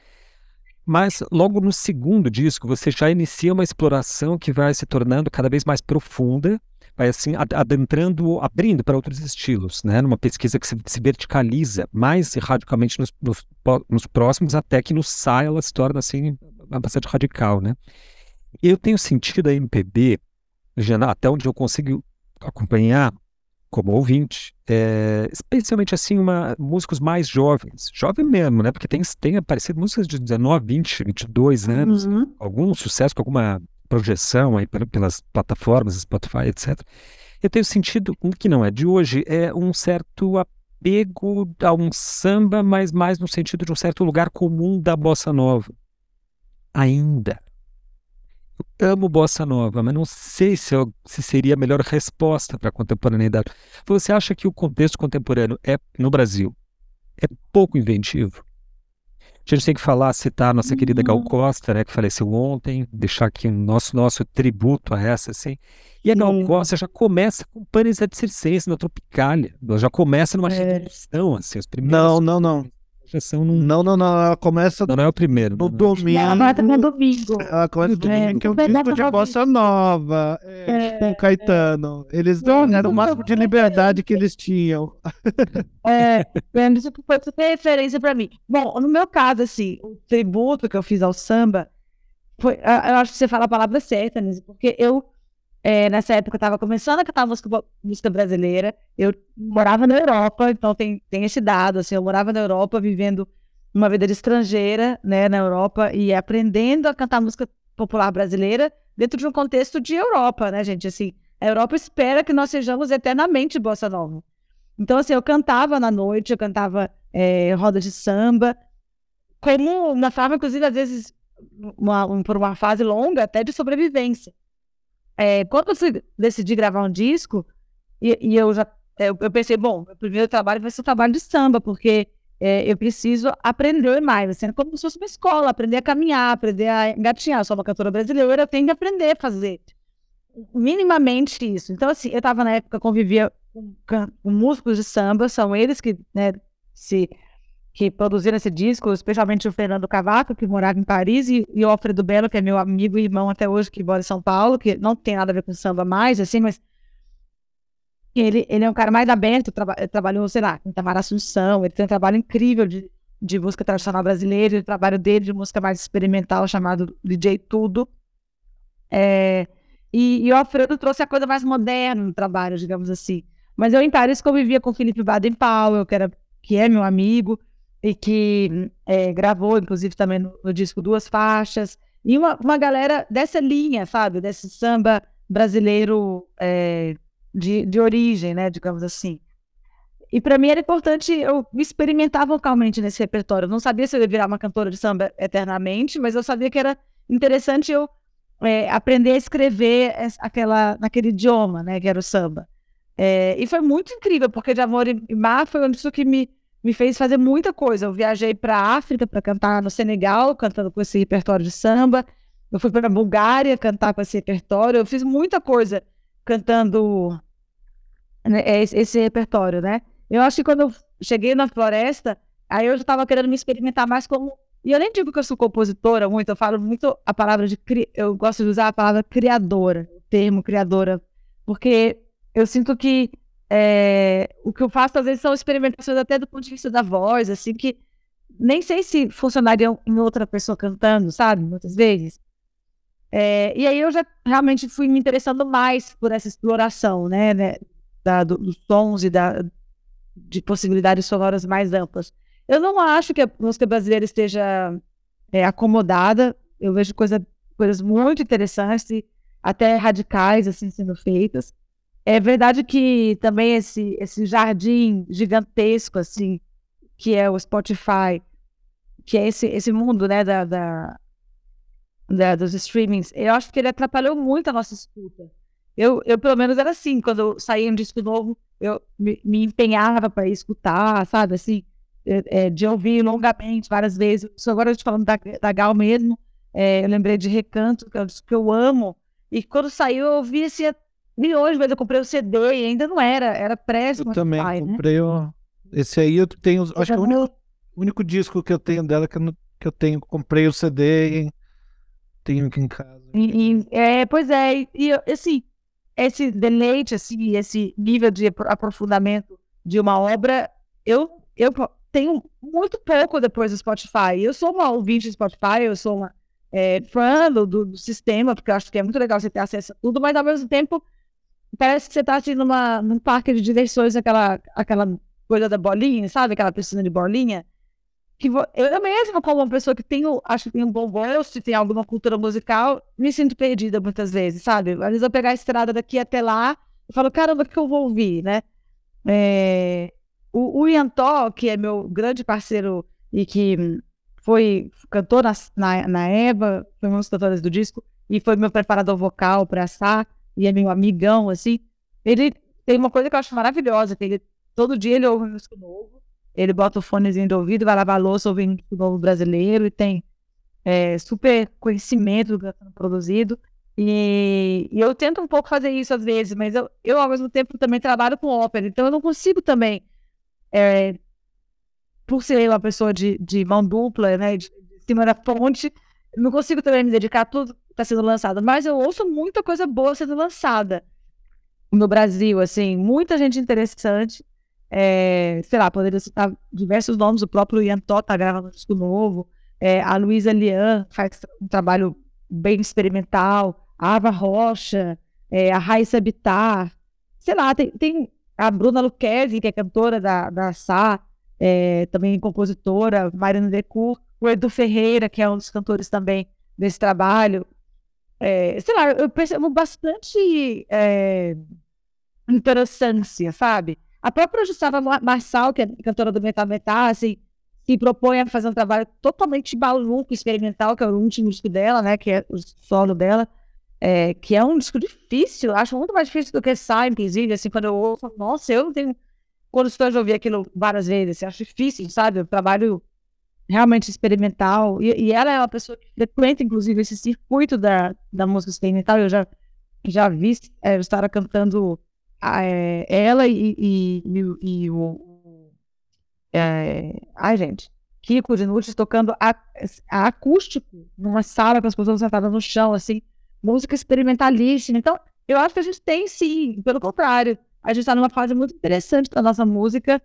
Mas logo no segundo disco, você já inicia uma exploração que vai se tornando cada vez mais profunda, vai assim ad- adentrando, abrindo para outros estilos, né? Numa pesquisa que se, se verticaliza mais radicalmente nos, nos, po- nos próximos, até que no Sai ela se torna assim bastante radical, né? E eu tenho sentido a M P B, já na- até onde eu consigo acompanhar como ouvinte, é, especialmente assim, uma, músicos mais jovens, jovem mesmo, né? Porque tem, tem aparecido músicas de dezenove, vinte, vinte e dois anos, Uhum. algum sucesso com alguma projeção aí pel- pelas plataformas, Spotify, etcétera. Eu tenho sentido, um que não é de hoje, é um certo apego a um samba, mas mais no sentido de um certo lugar comum da bossa nova. Ainda. Amo bossa nova, mas não sei se, eu- se seria a melhor resposta para a contemporaneidade. Você acha que o contexto contemporâneo é, no Brasil, é pouco inventivo? A gente tem que falar, citar a nossa querida Gal Uhum. Costa, né, que faleceu ontem, deixar aqui um nosso, nosso tributo a essa, assim. E a Gal Sim. Costa já começa com Panis et Circenses na Tropicália. Ela já começa numa É. revolução, assim, os primeiros Não, não, não. já são num... Não, não, não. Ela começa Não, não é o primeiro. no né? domingo. Não, agora também é domingo. Ela começa no É, domingo, que é um tudo bem, disco dá de pra bossa nova. É, É, com o Caetano. Eles não, era o máximo de liberdade que eles tinham. É, é, isso foi super referência pra mim. Bom, no meu caso, assim, o tributo que eu fiz ao samba, foi, ah, eu acho que você fala a palavra certa, Nise, porque eu, é, nessa época, eu tava começando a cantar música, bo- música brasileira, eu morava na Europa, então tem, tem esse dado, assim, eu morava na Europa, vivendo uma vida de estrangeira, né, na Europa, e aprendendo a cantar música popular brasileira dentro de um contexto de Europa, né, gente, assim, a Europa espera que nós sejamos eternamente bossa nova. Então, assim, eu cantava na noite, eu cantava é, roda de samba, como uma forma, inclusive, às vezes, uma- um- por uma fase longa, até de sobrevivência. É, quando eu fui- decidi gravar um disco, e, e eu já eu, eu pensei, bom, meu primeiro trabalho vai ser o trabalho de samba, porque é, eu preciso aprender mais, assim, é como se fosse uma escola, aprender a caminhar, aprender a engatinhar. Eu sou uma cantora brasileira, eu tenho que aprender a fazer minimamente isso. Então, assim, eu estava na época, convivia com, can- com músicos de samba, são eles que, né, se, que produziram esse disco, especialmente o Fernando Cavaco, que morava em Paris, e, e o Alfredo Belo, que é meu amigo e irmão até hoje, que mora em São Paulo, que não tem nada a ver com samba mais, assim, mas ele, ele é um cara mais aberto, traba, ele trabalhou, sei lá, com Tamara Assunção, ele tem um trabalho incrível de, de música tradicional brasileira, e o trabalho dele de música mais experimental, chamado D J Tudo. É, E, e o Alfredo trouxe a coisa mais moderna no trabalho, digamos assim. Mas eu em Paris convivia com o Felipe Baden-Powell, que, era, que é meu amigo, e que é, gravou, inclusive, também no, no disco Duas Faixas. E uma, uma galera dessa linha, sabe? Desse samba brasileiro é, de, de origem, né? Digamos assim. E para mim era importante eu me experimentar vocalmente nesse repertório. Eu não sabia se eu ia virar uma cantora de samba eternamente, mas eu sabia que era interessante eu é, aprender a escrever aquela, naquele idioma, né, que era o samba. É, e foi muito incrível, porque De Amor e Mar foi isso que me, me fez fazer muita coisa. Eu viajei para a África para cantar no Senegal, cantando com esse repertório de samba. Eu fui para a Bulgária cantar com esse repertório. Eu fiz muita coisa cantando né, esse, esse repertório, né? Eu acho que quando eu cheguei na Floresta, aí eu já estava querendo me experimentar mais como... E eu nem digo que eu sou compositora muito, eu falo muito a palavra de... Cri... Eu gosto de usar a palavra criadora, o termo criadora, porque eu sinto que é, o que eu faço às vezes são experimentações até do ponto de vista da voz, assim, que nem sei se funcionariam em outra pessoa cantando, sabe? Muitas vezes. É, e aí eu já realmente fui me interessando mais por essa exploração, né? né da, do, dos sons e da... de possibilidades sonoras mais amplas. Eu não acho que a música brasileira esteja é, acomodada. Eu vejo coisa, coisas muito interessantes e até radicais assim, sendo feitas. É verdade que também esse, esse jardim gigantesco assim, que é o Spotify, que é esse, esse mundo né, da, da, da, dos streamings, eu acho que ele atrapalhou muito a nossa escuta. Eu, eu pelo menos era assim, quando eu saía um disco novo, eu me, me empenhava para escutar, sabe, assim, é, é, de ouvir longamente, várias vezes. Isso agora eu estou falando da, da Gal mesmo, é, eu lembrei de Recanto, que é um disco que eu amo, e quando saiu eu ouvi assim, milhões de vezes, eu comprei o C D e ainda não era, era pré-Spotify, Eu também né? comprei o... Esse aí eu tenho, acho que é o único, o único disco que eu tenho dela que eu, não- que eu tenho, comprei o C D e tenho aqui em casa. E, e, é, pois é, e, e assim, esse deleite, assim, esse nível de apro- aprofundamento de uma obra, eu, eu tenho muito pouco depois do Spotify. Eu sou uma ouvinte do Spotify, eu sou uma é, fã do, do, do sistema, porque eu acho que é muito legal você ter acesso a tudo, mas ao mesmo tempo parece que você está assim, numa, num parque de diversões, aquela, aquela coisa da bolinha, sabe? Aquela piscina de bolinha. Que vo... Eu mesma, como uma pessoa que tenho, acho que tem um bom gosto e tem alguma cultura musical, me sinto perdida muitas vezes, sabe? Às vezes eu pegar a estrada daqui até lá, eu falo, caramba, o que eu vou ouvir, né? É... O, o Ian Tó, que é meu grande parceiro e que foi cantor na, na, na Eva, foi um dos cantores do disco, e foi meu preparador vocal para a Sá, e é meu amigão, assim, ele tem uma coisa que eu acho maravilhosa, que ele, todo dia ele ouve um disco novo, ele bota o fonezinho do ouvido, vai lavar a louça ouvindo o novo brasileiro e tem é, super conhecimento do que está sendo produzido. E, e eu tento um pouco fazer isso às vezes, mas eu, eu ao mesmo tempo também trabalho com ópera, então eu não consigo também, é, por ser uma pessoa de, de mão dupla, né, de, de cima da ponte, não consigo também me dedicar a tudo que está sendo lançado, mas eu ouço muita coisa boa sendo lançada no Brasil, assim, muita gente interessante. É, sei lá, poderia citar diversos nomes, o próprio Ian Tó tá gravando um disco novo, é, a Luísa Lian faz um trabalho bem experimental, a Ava Rocha, é, a Raíssa Bittar, sei lá, tem, tem a Bruna Lucchesi, que é cantora da, da Sá, é, também compositora, Mariana Decour, o Edu Ferreira, que é um dos cantores também desse trabalho. É, sei lá, eu percebo bastante é, interessância, sabe? A própria Gustavo Marçal, que é cantora do Metá Metá, assim, se propõe a fazer um trabalho totalmente maluco, experimental, que é o último disco dela, né, que é o solo dela, é, que é um disco difícil, acho muito mais difícil do que Sai, inclusive, assim, quando eu ouço, nossa, eu não tenho condições de ouvir aquilo várias vezes, assim, acho difícil, sabe? Um trabalho realmente experimental, e, e ela é uma pessoa que frequenta, inclusive, esse circuito da, da música experimental, eu já, já vi é, eu estar cantando a, é, ela e, e, e, e o é, ai gente Kiko Dinucci tocando a, a acústico numa sala com as pessoas sentadas no chão, assim, música experimentalíssima. Então eu acho que a gente tem sim, pelo contrário, a gente está numa fase muito interessante da nossa música.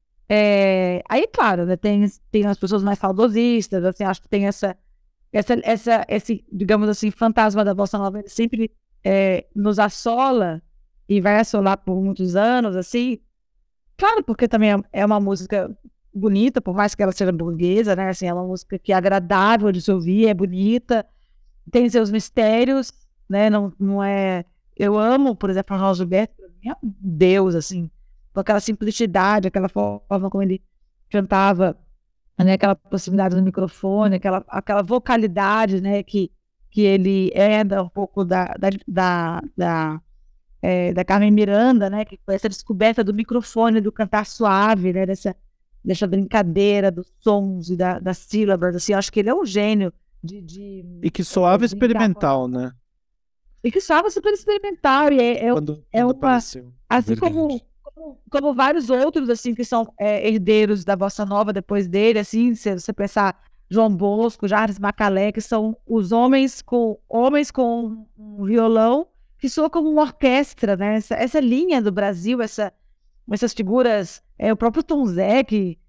É, aí, claro, né, tem, tem as pessoas mais saudosistas, assim, acho que tem essa, essa, essa, esse, digamos assim, fantasma da bossa nova, ele sempre é, nos assola e vai assolar por muitos anos, assim, claro, porque também é, é uma música bonita, por mais que ela seja burguesa, né? Assim, é uma música que é agradável de se ouvir, é bonita, tem seus mistérios, né? Não, não é... Eu amo, por exemplo, o João Gilberto, pra mim é um deus, assim, com aquela simplicidade, aquela forma como ele cantava, né? Aquela proximidade do microfone, aquela, aquela vocalidade, né? Que, que ele herda um pouco da, da, da, da, é, da Carmen Miranda, né? Que foi essa descoberta do microfone, do cantar suave, né? Dessa, dessa brincadeira dos sons e da, das sílabas, assim, eu acho que ele é um gênio de... de E que soava é, experimental, né? E que soava super experimental, e é, é, Quando, é quando uma... apareceu. Assim Verdade. como, como, como vários outros, assim, que são é, herdeiros da Bossa Nova depois dele, assim, se você pensar João Bosco, Jardim Macalé, que são os homens com, homens com um violão que soa como uma orquestra, né? Essa, essa linha do Brasil, essa, essas figuras, é, o próprio Tom Zé, que,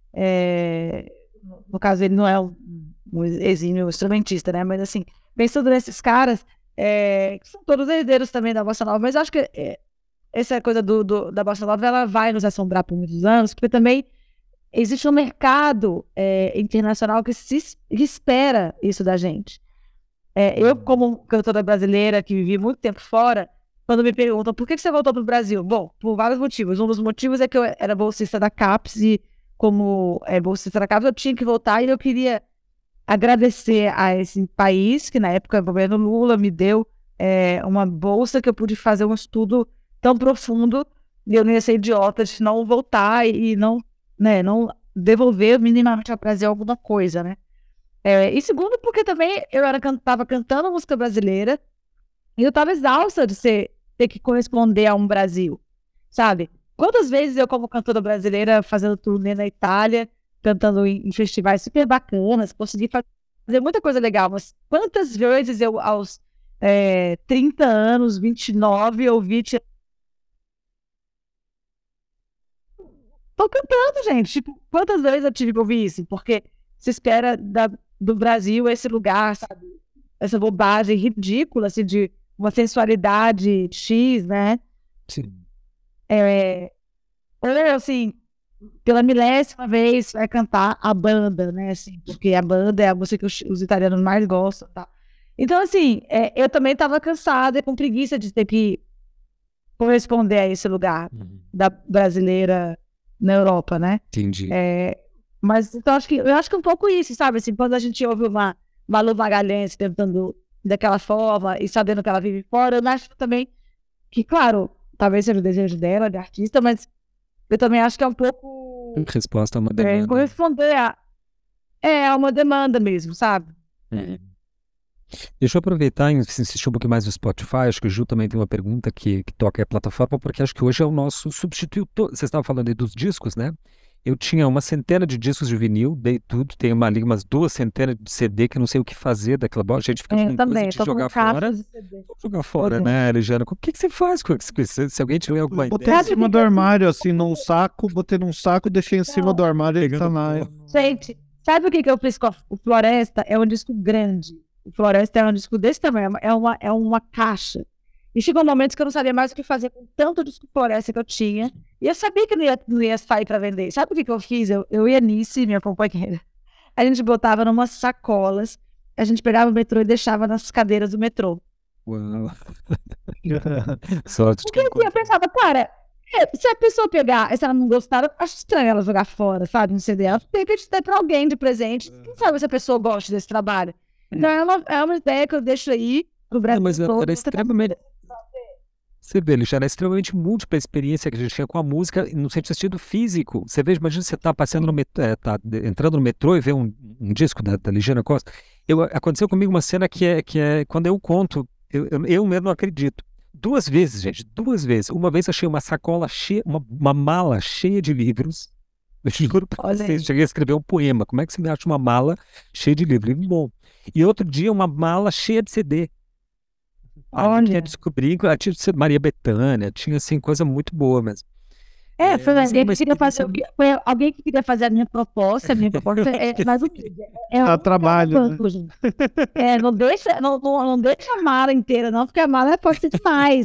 é, no caso, ele não é um, um exímio instrumentista, né? Mas, assim, pensando nesses caras, é, que são todos herdeiros também da Bossa Nova, mas eu acho que é, essa coisa do, do, da Bossa Nova, ela vai nos assombrar por muitos anos, porque também existe um mercado é, internacional que, se, que espera isso da gente. É, eu, como cantora brasileira que vivi muito tempo fora, quando me perguntam por que que você voltou para o Brasil? Bom, por vários motivos. Um dos motivos é que eu era bolsista da CAPES e, como é, bolsista da CAPES, eu tinha que voltar e eu queria agradecer a esse país, que na época o governo Lula me deu é, uma bolsa que eu pude fazer um estudo tão profundo e eu não ia ser idiota de não voltar e não, né, não devolver minimamente ao Brasil alguma coisa, né? É, e segundo, porque também eu era, tava cantando música brasileira e eu tava exausta de ser, ter que corresponder a um Brasil, sabe? Quantas vezes eu, como cantora brasileira, fazendo turnê na Itália, cantando em, em festivais super bacanas, consegui fazer muita coisa legal, mas quantas vezes eu, aos é, trinta anos, vinte e nove, ouvi... Tia... Tô cantando, gente. Tipo, quantas vezes eu tive que ouvir isso? Porque se espera da, do Brasil esse lugar, sabe? Essa bobagem ridícula, assim, de uma sensualidade X, né? Sim. É, eu, assim, pela milésima vez vai cantar a banda, né? Assim, porque a banda é a música que os, os italianos mais gostam, tá? Então, assim, é, eu também estava cansada e com preguiça de ter que corresponder a esse lugar Uhum. da brasileira na Europa, né? Entendi. É, mas então acho que eu acho que é um pouco isso, sabe? Assim, quando a gente ouve uma Malu Magalhães cantando daquela forma e sabendo que ela vive fora, eu acho também que, claro, talvez seja o desejo dela, de artista, mas eu também acho que é um pouco Resposta a uma é, demanda. corresponder a, é, a uma demanda mesmo, sabe? Uhum. Deixa eu aproveitar e insistir um pouquinho mais no Spotify. Acho que o Ju também tem uma pergunta que, que toca a plataforma, porque acho que hoje é o nosso substituto. Vocês estavam falando aí dos discos, né? Eu tinha uma centena de discos de vinil, dei tudo, tenho uma, ali umas duas centenas de C D que eu não sei o que fazer daquela bola. A gente fica É, com eu coisa também, de tô com jogar caixa fora. de C D. Jogar fora, Pois é. né, Eliana? O que, que você faz com isso? Se, se alguém tiver alguma Botei ideia. em cima do armário, assim, num saco, botei num saco e deixei em cima do armário e tá lá. Gente, sabe o que, que eu fiz com a- o Floresta? É um disco grande. O Floresta é um disco desse tamanho, é uma, é uma caixa. E chegou um momento que eu não sabia mais o que fazer com tanto disco Floresta que eu tinha. E eu sabia que não ia, não ia sair para vender. Sabe o que, que eu fiz? Eu, eu e a Nice, minha companheira, a gente botava numas sacolas, a gente pegava o metrô e deixava nas cadeiras do metrô. Uau. Sorte de Porque quem eu pensava, cara, é, se a pessoa pegar, se ela não gostar, eu acho estranho ela jogar fora, sabe, um C D. Ela, de repente, dá pra alguém de presente. Quem sabe se a pessoa gosta desse trabalho? Então, é uma, é uma ideia que eu deixo aí pro Brasil Não, mas todo. era extremamente. Você vê, ele já era extremamente múltipla a experiência que a gente tinha com a música no sentido físico. Você vê, imagina você tá passeando no metrô, é, tá entrando no metrô e vê um, um disco da, da Ligiana Costa. Eu, aconteceu comigo uma cena que é, que é quando eu conto, eu, eu, eu mesmo não acredito. Duas vezes, gente, duas vezes. Uma vez achei uma sacola cheia, uma, uma mala cheia de livros. Eu juro pra Olha vocês, aí. cheguei a escrever um poema. Como é que você me acha uma mala cheia de livros? Livro bom. E outro dia, uma mala cheia de C D. Ali que eu Olha. descobri, tinha Maria Bethânia, tinha assim, coisa muito boa mesmo. É, foi mas alguém uma que queria fazer o que, foi alguém que queria fazer a minha proposta, a minha proposta é mais o que é Dá um trabalho, né? banco, gente. É, não deixa, não, não, não deixa a mala inteira, não, porque a mala pode ser demais.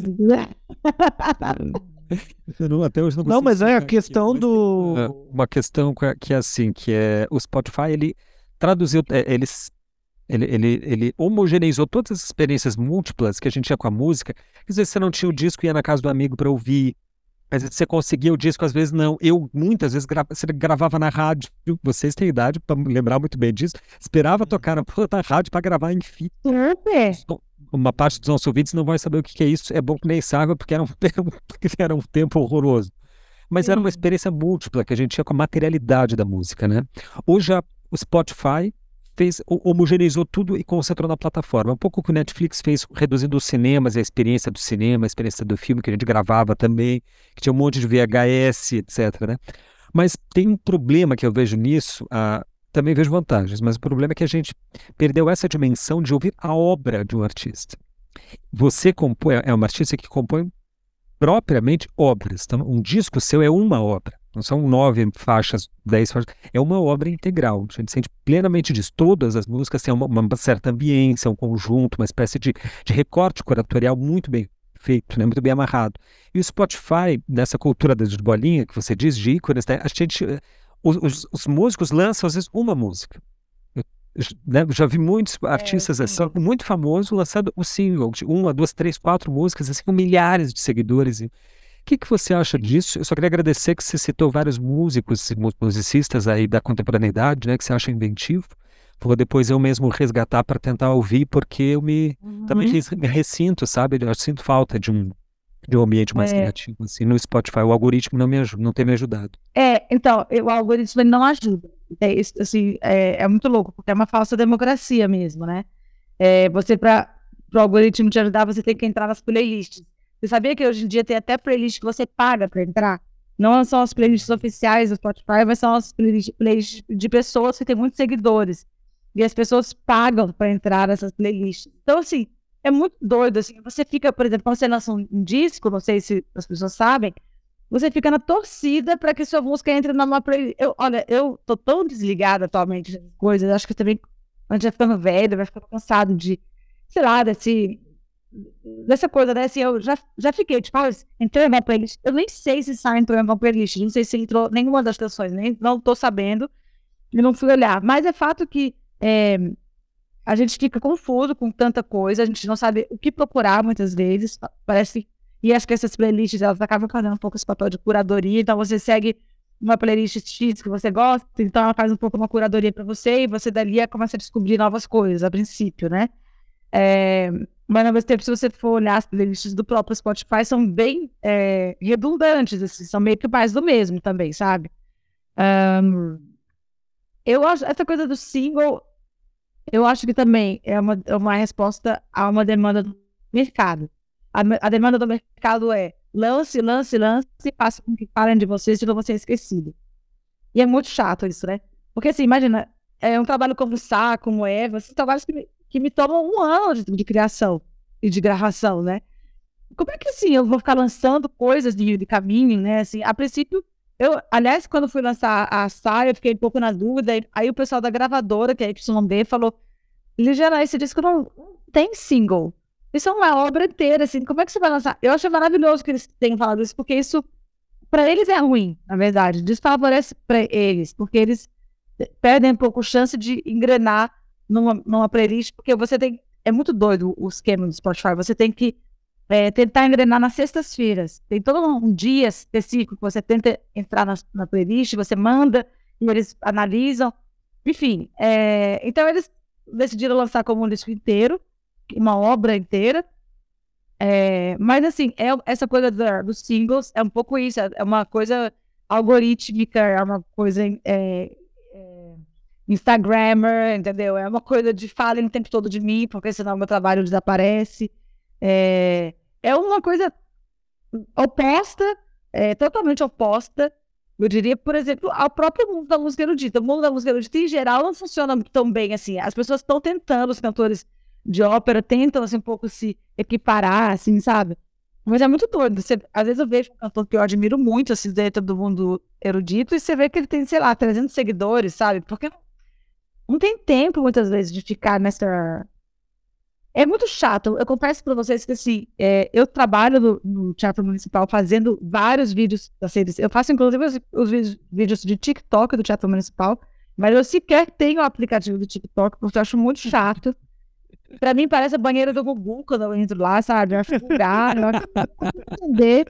Eu não- até hoje não Não, consigo mas é a explicar aquilo, questão mas tem uma, do. uma questão que é que é assim, que é o Spotify, ele traduziu, é, eles, ele, ele, ele homogeneizou todas as experiências múltiplas que a gente tinha com a música. Às vezes você não tinha o disco e ia na casa do amigo para ouvir. Às vezes você conseguia o disco, às vezes não. Eu, muitas vezes, gra você gravava na rádio. Vocês têm idade para lembrar muito bem disso. Esperava tocar na puta rádio para gravar em fita. Super. Uma parte dos nossos ouvintes não vai saber o que, que é isso. É bom que nem saiba, porque era um tempo, porque era um tempo horroroso. Mas era uma Sim. experiência múltipla que a gente tinha com a materialidade da música, né? Hoje a, o Spotify fez, homogeneizou tudo e concentrou na plataforma. Um pouco o que o Netflix fez, reduzindo os cinemas, a experiência do cinema, a experiência do filme que a gente gravava também, que tinha um monte de V H S, etcétera, né? Mas tem um problema que eu vejo nisso, ah, também vejo vantagens, mas o problema é que a gente perdeu essa dimensão de ouvir a obra de um artista. Você compõe, é uma artista que compõe propriamente obras. Então, um disco seu é uma obra. Não são nove faixas, dez faixas. É uma obra integral. A gente sente plenamente disso. Todas as músicas têm uma, uma certa ambiência, um conjunto, uma espécie de, de recorte curatorial muito bem feito, né? Muito bem amarrado. E o Spotify, nessa cultura de bolinha que você diz, de ícones, né? A gente, os, os, os músicos lançam, às vezes, uma música. Né? Já vi muitos artistas É, assim, muito famosos lançando o single de uma, duas, três, quatro músicas assim, com milhares de seguidores. O que, que você acha disso? Eu só queria agradecer que você citou vários músicos e musicistas aí da contemporaneidade, né, que você acha inventivo. Vou depois eu mesmo resgatar para tentar ouvir, porque eu me uhum. também me ressinto, sabe? Eu sinto falta de um, de um ambiente mais É. criativo. Assim, no Spotify, o algoritmo não me ajuda, não tem me ajudado. É, então, o algoritmo ele não ajuda. É, isso, assim, é, é muito louco, porque é uma falsa democracia mesmo, né? É, você, para o algoritmo te ajudar, você tem que entrar nas playlists. Você sabia que hoje em dia tem até playlist que você paga para entrar? Não são as playlists oficiais do Spotify, mas são as playlists, playlists de pessoas que têm muitos seguidores. E as pessoas pagam para entrar nessas playlists. Então, assim, é muito doido. Assim, você fica, por exemplo, quando você lança um, um disco, não sei se as pessoas sabem, você fica na torcida para que sua música entre numa playlist. Eu, olha, eu tô tão desligada atualmente dessas coisas. Acho que também, a gente vai ficando velho, vai ficando cansado de, sei lá, desse, dessa coisa, né? Assim, eu já, já fiquei, tipo, ah, entrei na minha playlist. Eu nem sei se sai entrou na minha playlist. Não sei se entrou nenhuma das canções, nem, não tô sabendo. E não fui olhar. Mas é fato que é, a gente fica confuso com tanta coisa. A gente não sabe o que procurar muitas vezes. Parece. E acho que essas playlists, elas acabam fazendo um pouco esse papel de curadoria. Então, você segue uma playlist X que você gosta, então ela faz um pouco uma curadoria para você, e você dali começa a descobrir novas coisas, a princípio, né? É, mas, ao mesmo tempo, se você for olhar as playlists do próprio Spotify, são bem é, redundantes, assim, são meio que mais do mesmo também, sabe? Um, eu acho, essa coisa do single, eu acho que também é uma, é uma resposta a uma demanda do mercado. A, a demanda do mercado é lance, lance, lance, e faça com que falem de você, senão você é esquecido. E é muito chato isso, né? Porque assim, imagina, é um trabalho como o Sá, como é, são trabalhos que me, que me tomam um ano de, de criação e de gravação, né? Como é que assim, eu vou ficar lançando coisas de, de caminho, né? Assim, a princípio, eu, aliás, quando fui lançar a Sá, eu fiquei um pouco na dúvida, aí o pessoal da gravadora, que é a Y B, falou, Ligiana, esse disco não tem single. Isso é uma obra inteira, assim, como é que você vai lançar? Eu acho maravilhoso que eles tenham falado isso, porque isso, para eles é ruim, na verdade, desfavorece para eles, porque eles perdem um pouco a chance de engrenar numa, numa playlist, porque você tem, é muito doido o esquema do Spotify, você tem que é, tentar engrenar nas sextas-feiras, tem todo um dia específico que você tenta entrar na, na playlist, você manda, e eles analisam, enfim, é, então eles decidiram lançar como um disco inteiro, uma obra inteira, é, mas assim, é, essa coisa da, dos singles é um pouco isso, é uma coisa algorítmica, é uma coisa é, é, Instagrammer, entendeu? É uma coisa de falem o tempo todo de mim, porque senão meu trabalho desaparece, é, é uma coisa oposta, é, totalmente oposta, eu diria, por exemplo, ao próprio mundo da música erudita. O mundo da música erudita, em geral, não funciona tão bem assim, as pessoas estão tentando, os cantores de ópera tentam assim, um pouco se equiparar, assim, sabe? Mas é muito doido. Você, às vezes eu vejo um cantor que eu admiro muito, assim, dentro do mundo erudito, e você vê que ele tem, sei lá, trezentos seguidores, sabe? Porque não tem tempo, muitas vezes, de ficar nessa... É muito chato. Eu confesso pra vocês que, assim, é, eu trabalho no, no Teatro Municipal fazendo vários vídeos da série. Eu faço, inclusive, os, os vídeos, vídeos de TikTok do Teatro Municipal, mas eu sequer tenho o aplicativo do TikTok, porque eu acho muito chato. Pra mim, parece a banheira do Gugu quando eu entro lá, sabe? Eu acho vulgar, eu acho que eu não consigo entender.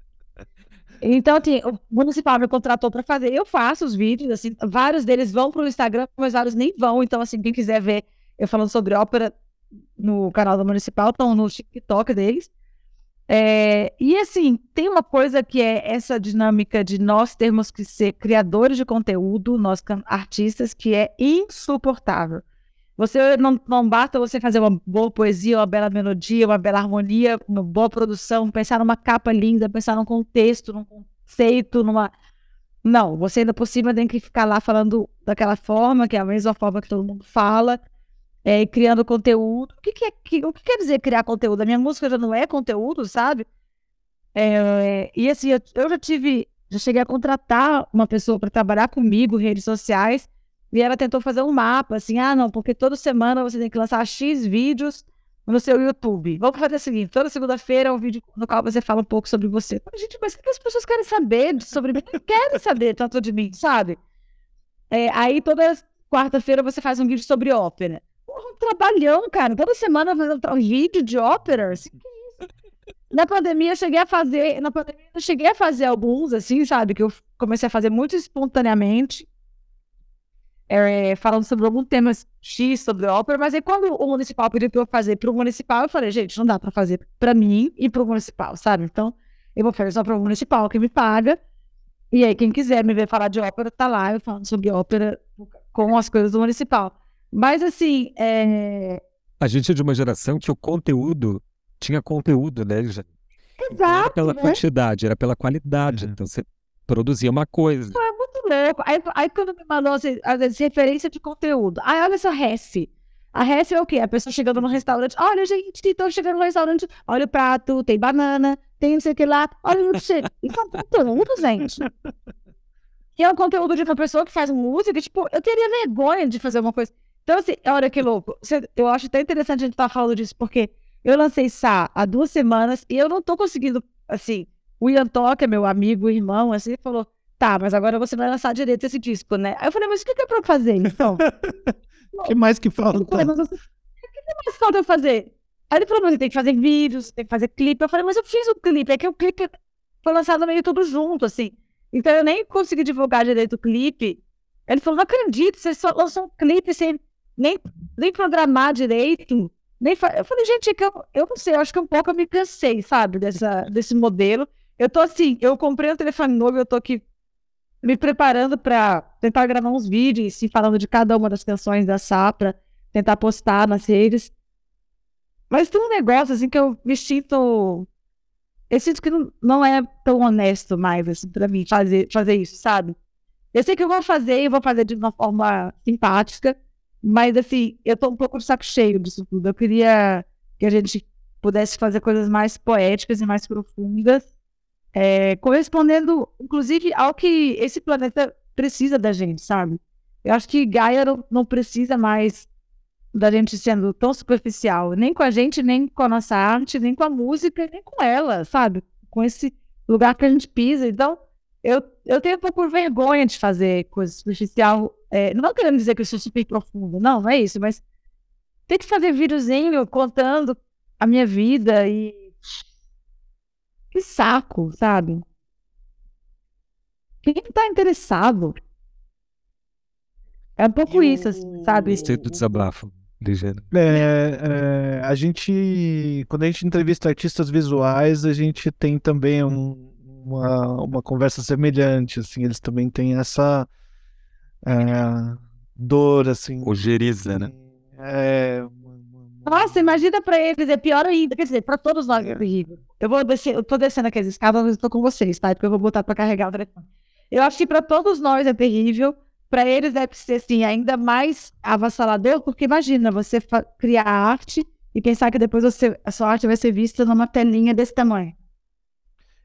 Então, assim, o Municipal me contratou pra fazer. Eu faço os vídeos, assim, vários deles vão pro Instagram, mas vários nem vão. Então, assim, quem quiser ver eu falando sobre ópera no canal do Municipal, estão no TikTok deles. É, e, assim, tem uma coisa que é essa dinâmica de nós termos que ser criadores de conteúdo, nós artistas, que é insuportável. Você não, não basta você fazer uma boa poesia, uma bela melodia, uma bela harmonia, uma boa produção, pensar numa capa linda, pensar num contexto, num conceito, numa... Não, você ainda por cima tem que ficar lá falando daquela forma, que é a mesma forma que todo mundo fala, é, criando conteúdo. O que, que, é, que, o que quer dizer criar conteúdo? A minha música já não é conteúdo, sabe? É, e assim, eu, eu já tive, já cheguei a contratar uma pessoa para trabalhar comigo em redes sociais, e ela tentou fazer um mapa, assim, ah, não, porque toda semana você tem que lançar X vídeos no seu YouTube. Vamos fazer o seguinte, toda segunda-feira é um vídeo no qual você fala um pouco sobre você. Gente, mas o que as pessoas querem saber sobre mim? Não querem saber tanto de mim, sabe? É, aí toda quarta-feira você faz um vídeo sobre ópera. Porra, um trabalhão, cara. Toda semana fazendo um vídeo de ópera. Assim, que isso? Na pandemia eu cheguei a fazer, na pandemia eu cheguei a fazer alguns, assim, sabe? Que eu comecei a fazer muito espontaneamente. É, falando sobre algum tema X sobre ópera, mas aí quando o Municipal pediu para eu fazer para o Municipal, eu falei, gente, não dá para fazer para mim e para o Municipal, sabe? Então, eu vou fazer só para o Municipal, que me paga, e aí quem quiser me ver falar de ópera, tá lá, eu falando sobre ópera com as coisas do Municipal. Mas, assim, é... A gente é de uma geração que o conteúdo tinha conteúdo, né? Já... Exato, não era pela né? quantidade, era pela qualidade. Uhum. Então, você produzia uma coisa. É muito louco. Aí, aí quando me mandou, assim, às vezes, referência de conteúdo. Aí, olha essa ref. A ref é o quê? A pessoa chegando no restaurante. Olha, gente, tô chegando no restaurante. Olha o prato, tem banana, tem não sei o que lá. Olha o cheiro. Isso é um conteúdo, gente. E é um conteúdo de uma pessoa que faz música. Tipo, eu teria vergonha de fazer uma coisa. Então, assim, olha que louco. Eu acho até interessante a gente estar falando disso, porque eu lancei Sá há duas semanas e eu não tô conseguindo, assim... O Ian Tó, que é meu amigo, irmão, assim, falou, tá, mas agora você vai lançar direito esse disco, né? Aí eu falei, mas o que, que é pra eu fazer, então? O que mais que falta? Eu falei, mas o que mais falta eu fazer? Aí ele falou, mas você tem que fazer vídeos, tem que fazer clipe. Eu falei, mas eu fiz o clipe, é que o clipe foi lançado meio tudo junto, assim. Então eu nem consegui divulgar direito o clipe. Ele falou, não acredito, você só lançou um clipe sem nem, nem programar direito. Nem fa... Eu falei, gente, é que eu, eu não sei, eu acho que um pouco eu me cansei, sabe, dessa, desse modelo. Eu tô assim, eu comprei um telefone novo, eu tô aqui me preparando pra tentar gravar uns vídeos, assim, falando de cada uma das canções da Sá, pra tentar postar nas redes. Mas tem um negócio, assim, que eu me sinto... Eu sinto que não, não é tão honesto mais, assim, pra mim, fazer, fazer isso, sabe? Eu sei que eu vou fazer, eu vou fazer de uma forma simpática, mas, assim, eu tô um pouco de saco cheio disso tudo. Eu queria que a gente pudesse fazer coisas mais poéticas e mais profundas, é, correspondendo, inclusive, ao que esse planeta precisa da gente, sabe? Eu acho que Gaia não, não precisa mais da gente sendo tão superficial, nem com a gente, nem com a nossa arte, nem com a música, nem com ela, sabe? Com esse lugar que a gente pisa. Então, eu, eu tenho um pouco de vergonha de fazer coisa superficial. É, não querendo dizer que eu sou super profundo, não, não é isso, mas tem que fazer videozinho contando a minha vida e... Que saco, sabe? Quem tá interessado? É um pouco E isso, o- assim, sabe? Gostei do desabafo, ligeiro. É, é, a gente, quando a gente entrevista artistas visuais, a gente tem também um- uma, uma conversa semelhante, assim, eles também têm essa é, dor, assim. Ojeriza, né? É, Nossa, imagina pra eles, é pior ainda. Quer dizer, pra todos nós é terrível. Eu vou descer, eu tô descendo aqui as escadas, mas eu tô com vocês, tá? Porque eu vou botar pra carregar o telefone. Eu acho que pra todos nós é terrível. Pra eles deve ser, assim, ainda mais avassalador, porque imagina, você criar arte e pensar que depois você, a sua arte vai ser vista numa telinha desse tamanho.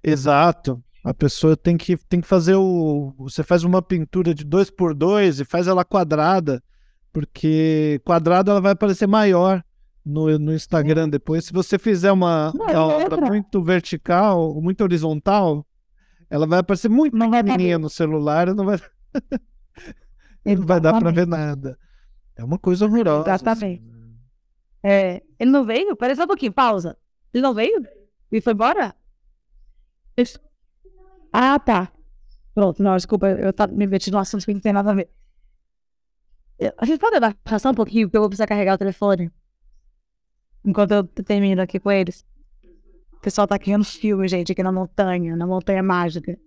Exato. A pessoa tem que, tem que fazer o... Você faz uma pintura de dois por dois e faz ela quadrada, porque quadrada ela vai parecer maior no, no Instagram depois. Se você fizer uma, Não, uma obra outra. muito vertical, muito horizontal, ela vai aparecer muito Não vai pequenininha dar. no celular e não vai, não vai dar pra Exatamente. ver nada. É uma coisa horrorosa. Exatamente. assim, né? É, ele não veio? Pera só um pouquinho, pausa. Ele não veio? E foi embora? Ele- Ah, tá. Pronto, não, desculpa, eu tava me meti num assunto que não tem nada a ver. Eu- A gente pode abaixar só um pouquinho, porque eu vou precisar carregar o telefone enquanto eu termino aqui com eles. O pessoal tá criando filme, gente, aqui na montanha, na montanha mágica.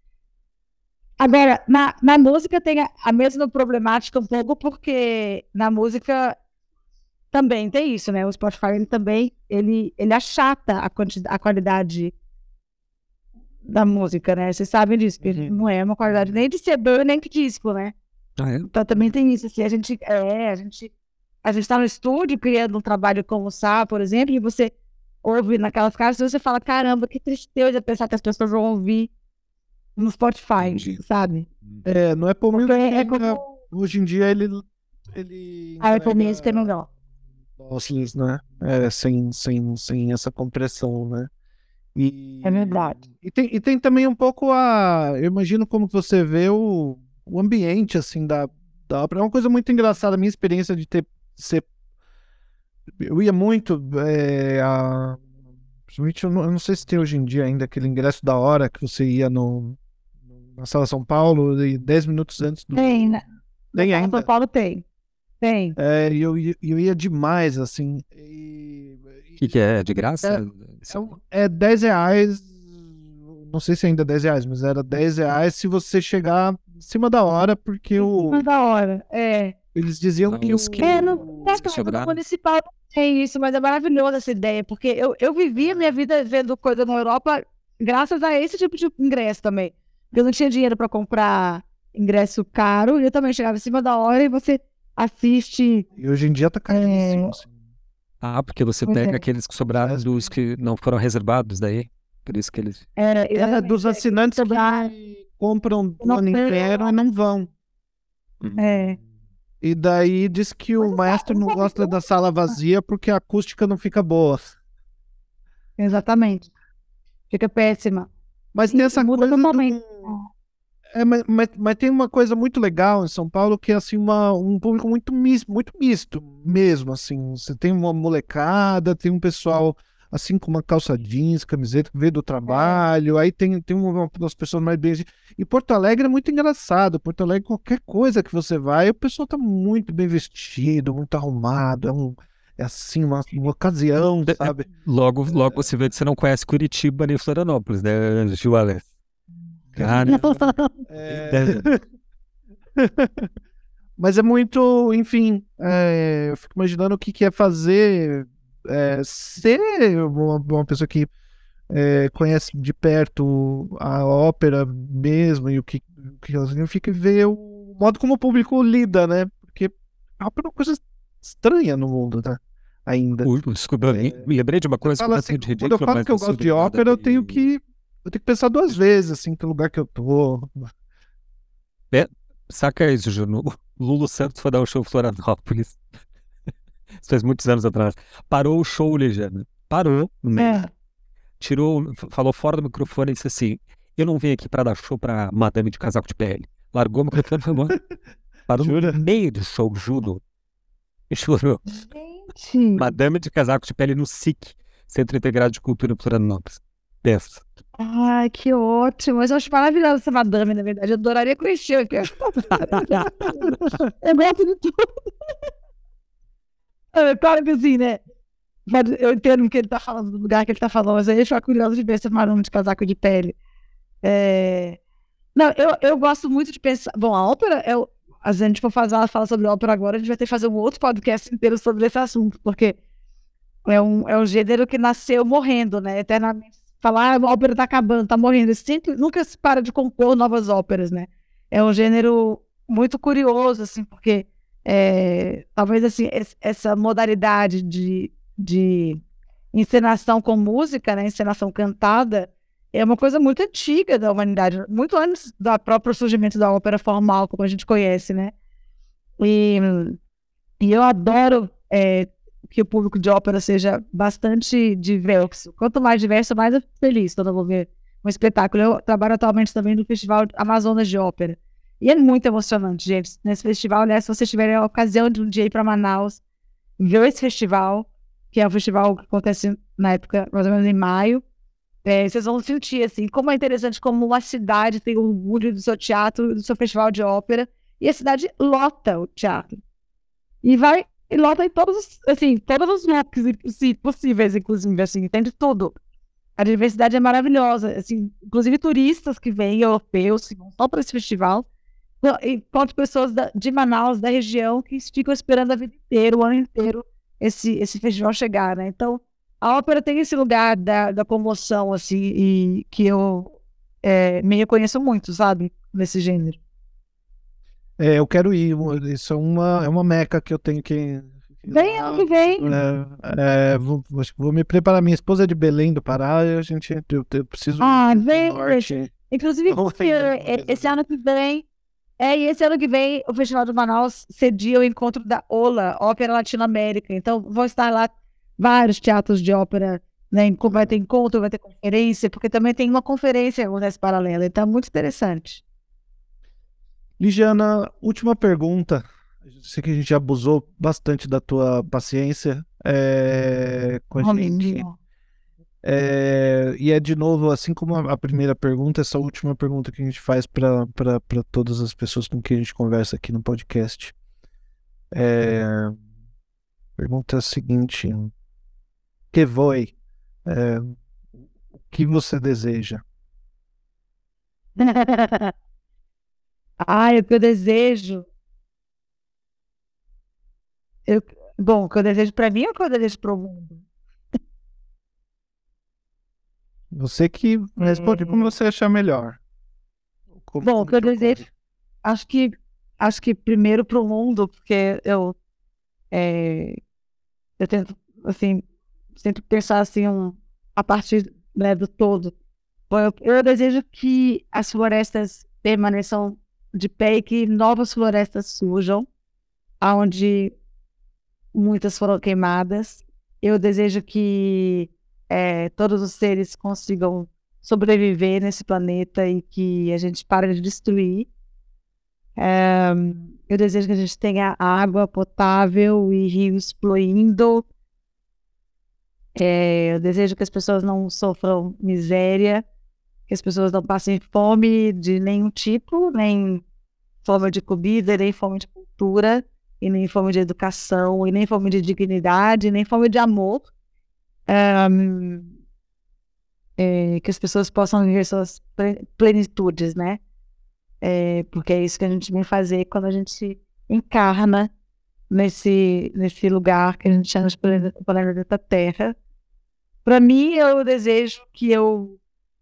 Agora, na, na música tem a, a mesma problemática um pouco, porque na música também tem isso, né? O Spotify, ele também, ele, ele achata a, quanti- a qualidade da música, né? Vocês sabem disso, que Uhum. não é uma qualidade nem de C D, nem de disco, né? Ah, é? Então também tem isso, assim, a gente, é, a gente, a gente tá no estúdio criando um trabalho como o Sá, por exemplo, e você ouve naquelas caixas e você fala, caramba, que tristeza pensar que as pessoas vão ouvir no Spotify, Entendi. sabe? É, no Apple Porque Music, é ainda- como hoje em dia ele, ele a Apple entrega Music é melhor. lossless, né? É, sem, sem, sem essa compressão, né? E, É verdade. e, tem, e tem também um pouco a... Eu imagino como que você vê o, o ambiente, assim, da, da ópera. É uma coisa muito engraçada, a minha experiência de ter... Ser, eu ia muito... É, a, principalmente, eu não, eu não sei se tem hoje em dia ainda aquele ingresso da hora que você ia no, na Sala São Paulo e dez minutos antes do... Tem, né? Tem São ainda. Paulo tem. Tem. É, e eu, ia- eu ia demais, assim. E, O que, que é? De graça? é, um- é dez reais, não sei se ainda é dez reais, mas era dez reais se você chegar em cima da hora, porque o, Mas da hora. É. eles diziam Não, que os o... que- É, não, Os que no sobraram. municipal não tem isso, mas é maravilhosa essa ideia, porque eu, eu vivi a minha vida vendo coisa na Europa graças a esse tipo de ingresso também. Eu não tinha dinheiro para comprar ingresso caro, e eu também chegava em cima da hora e você assiste. E hoje em dia tá caríssimo, assim. Ah, porque você Pois pega é. aqueles que sobraram É. dos que não foram reservados daí. Por isso que eles. É, É, dos assinantes sobrar. que compram o Não ano tem- inteiro e não vão. É, E daí diz que o maestro não gosta da sala vazia porque a acústica não fica boa. exatamente. Fica péssima. Mas tem E essa muda coisa do- totalmente. É, mas, mas, mas tem uma coisa muito legal em São Paulo que é assim uma, um público muito misto, muito misto mesmo, assim. Você tem uma molecada, tem um pessoal assim com uma calça jeans, camiseta que veio do trabalho, aí tem, tem uma, umas pessoas mais bem... E Porto Alegre é muito engraçado. Porto Alegre, qualquer coisa que você vai, o pessoal tá muito bem vestido, muito arrumado, é, um, é assim, uma, uma ocasião, sabe? Logo, logo você vê que você não conhece Curitiba nem Florianópolis, né, Gil Alex? Cara, É, mas é muito, enfim, é, eu fico imaginando o que, que é fazer, é, ser uma, uma pessoa que é, conhece de perto a ópera mesmo e o que, o que ela significa e ver o modo como o público lida, né? Porque a ópera é uma coisa estranha no mundo, né? Ainda. o, desculpa, eu me me lembrei de uma coisa Fala assim, completamente quando eu ridícula, falo mas que eu não gosto sou de obrigado a ópera, eu tenho ter- que, eu tenho que pensar duas vezes, assim, que lugar que eu tô. Saca isso, Juno? O Lulu Santos foi dar um show em Florianópolis. Isso faz muitos anos atrás. Parou o show, Ligiana. Parou no meio. É. Tirou, f- falou fora do microfone e disse assim: Eu não vim aqui pra dar show pra madame de casaco de pele. Largou o microfone e foi embora. Parou Jura? no meio do show, juro. E chorou. Gente. Madame de casaco de pele no S I C, Centro Integrado de Cultura em Florianópolis. Pensa. Ai, que ótimo. Mas eu acho maravilhosa essa madame, na verdade. Eu adoraria conhecer. Porque... é gosto de tudo. É claro que assim, né? Mas eu entendo o que ele tá falando, do lugar que ele tá falando, mas aí eu fico curiosa de ver esse madame de casaco de pele. É... Não, eu, eu gosto muito de pensar. Bom, a ópera, é o... a gente for fazer, falar sobre ópera agora, a gente vai ter que fazer um outro podcast inteiro sobre esse assunto, porque é um, é um gênero que nasceu morrendo, né? Eternamente. Falar, ah, a ópera tá acabando, tá morrendo. Sempre, nunca se para de compor novas óperas, né? É um gênero muito curioso, assim, porque é, talvez assim, es- essa modalidade de, de encenação com música, né? Encenação cantada, é uma coisa muito antiga da humanidade, muito antes do próprio surgimento da ópera formal, como a gente conhece, né? E, e eu adoro é, que o público de ópera seja bastante diverso. Quanto mais diverso, mais eu fico feliz quando eu vou ver um espetáculo. Eu trabalho atualmente também no Festival Amazonas de Ópera. E é muito emocionante, gente. Nesse festival, aliás, se vocês tiverem a ocasião de um dia ir para Manaus, ver esse festival, que é um festival que acontece na época, mais ou menos em maio, é, vocês vão sentir, assim, como é interessante como uma cidade tem orgulho do seu teatro, do seu festival de ópera, e a cidade lota o teatro. E vai, e lota em todos os, assim, todos os looks possíveis, inclusive, assim, tem de tudo. A diversidade é maravilhosa, assim, inclusive turistas que vêm, europeus, que vão só para esse festival, enquanto pessoas da, de Manaus, da região, que ficam esperando a vida inteira, o ano inteiro, esse, esse festival chegar, né? Então, a ópera tem esse lugar da, da comoção, assim, e que eu é, me reconheço muito, sabe? Nesse gênero. É, eu quero ir. Isso é uma, é uma meca que eu tenho que. Vem ano que vem. É, é, vou, vou me preparar. Minha esposa é de Belém do Pará. E a gente, eu, eu preciso. Ah, do vem. norte. Inclusive, esse ano que vem. É, e esse ano que vem, o Festival de Manaus cedia o encontro da OLA, Ópera Latino-América. Então, vão estar lá vários teatros de ópera, né? Vai ter encontro, vai ter conferência, porque também tem uma conferência nessa paralela. Então, é muito interessante. Ligiana, última pergunta. Sei que a gente abusou bastante da tua paciência é, com a gente. É, e é de novo, assim como a primeira pergunta, essa última pergunta que a gente faz para todas as pessoas com quem a gente conversa aqui no podcast. É, pergunta é a seguinte: que voi? É, o que você deseja? Ah, o que eu desejo. Eu... Bom, o que eu desejo para mim ou o que eu desejo para o mundo? Você que responde como você achar melhor. Como, Bom, como o que eu que desejo, acho que, acho que primeiro para o mundo, porque eu, é, eu tento, assim, tento pensar assim, um, a partir, né, do todo. Bom, eu, eu desejo que as florestas permaneçam de pé e que novas florestas surjam, onde muitas foram queimadas. Eu desejo que é, todos os seres consigam sobreviver nesse planeta e que a gente pare de destruir. É, eu desejo que a gente tenha água potável e rios fluindo. É, eu desejo que as pessoas não sofram miséria, que as pessoas não passem fome de nenhum tipo, nem fome de comida, nem fome de cultura, e nem fome de educação, e nem fome de dignidade, nem fome de amor. Um, é, que as pessoas possam viver suas plenitudes, né? É, porque é isso que a gente vem fazer quando a gente se encarna nesse, nesse lugar que a gente chama de planeta, planeta Terra. Para mim, eu desejo que eu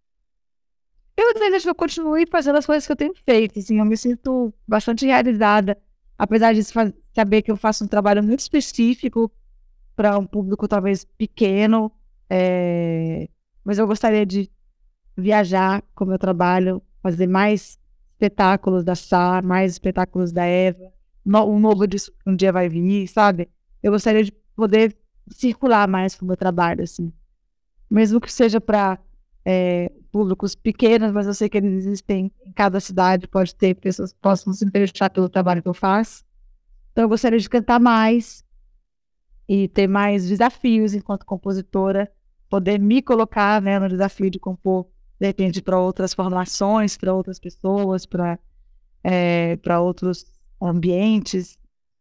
eu desejo que eu continue fazendo as coisas que eu tenho feito, assim, eu me sinto bastante realizada, apesar de saber que eu faço um trabalho muito específico para um público talvez pequeno, é... mas eu gostaria de viajar com o meu trabalho, fazer mais espetáculos da Sá, mais espetáculos da Eva, no, um novo disco que um dia vai vir, sabe? Eu gostaria de poder circular mais com o meu trabalho, assim. Mesmo que seja para é, públicos pequenos, mas eu sei que eles existem em cada cidade, pode ter pessoas que possam se interessar pelo trabalho que eu faço. Então eu gostaria de cantar mais e ter mais desafios enquanto compositora, poder me colocar, né, no desafio de compor, de repente, para outras formações, para outras pessoas, para é, para outros ambientes.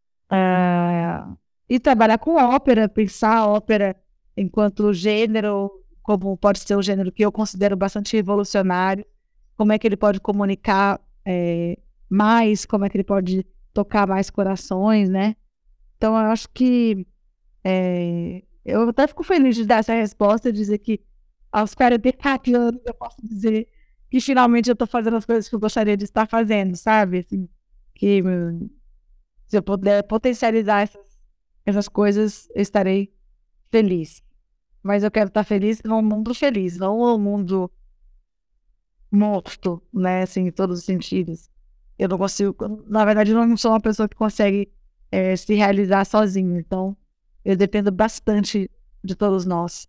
É, e trabalhar com ópera, pensar a ópera enquanto gênero, como pode ser um gênero que eu considero bastante revolucionário, como é que ele pode comunicar é, mais, como é que ele pode tocar mais corações, né? Então, eu acho que é, eu até fico feliz de dar essa resposta, dizer que aos quarenta e quatro anos eu posso dizer que finalmente eu estou fazendo as coisas que eu gostaria de estar fazendo, sabe? Assim, que se eu puder potencializar essas, essas coisas, eu estarei feliz. Mas eu quero estar feliz num mundo feliz, não num mundo morto, né, assim, em todos os sentidos. Eu não consigo, na verdade, eu não sou uma pessoa que consegue é, se realizar sozinho, então eu dependo bastante de todos nós.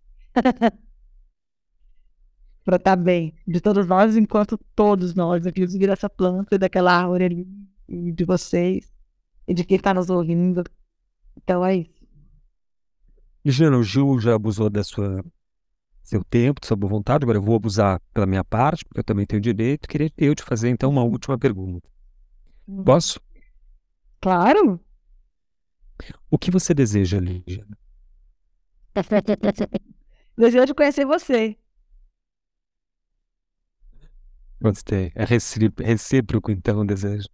Pra estar bem, de todos nós, enquanto todos nós, inclusive dessa planta e daquela árvore ali, e de vocês, e de quem está nos ouvindo. Então é isso. Ligiana, o Gil já abusou da sua seu tempo, da sua boa vontade, agora eu vou abusar pela minha parte, porque eu também tenho direito. Queria eu te fazer, então, uma última pergunta. Posso? Claro! O que você deseja, Ligiana? Desejo conhecer você. Gostei. É recíproco, recíproco então, o desejo.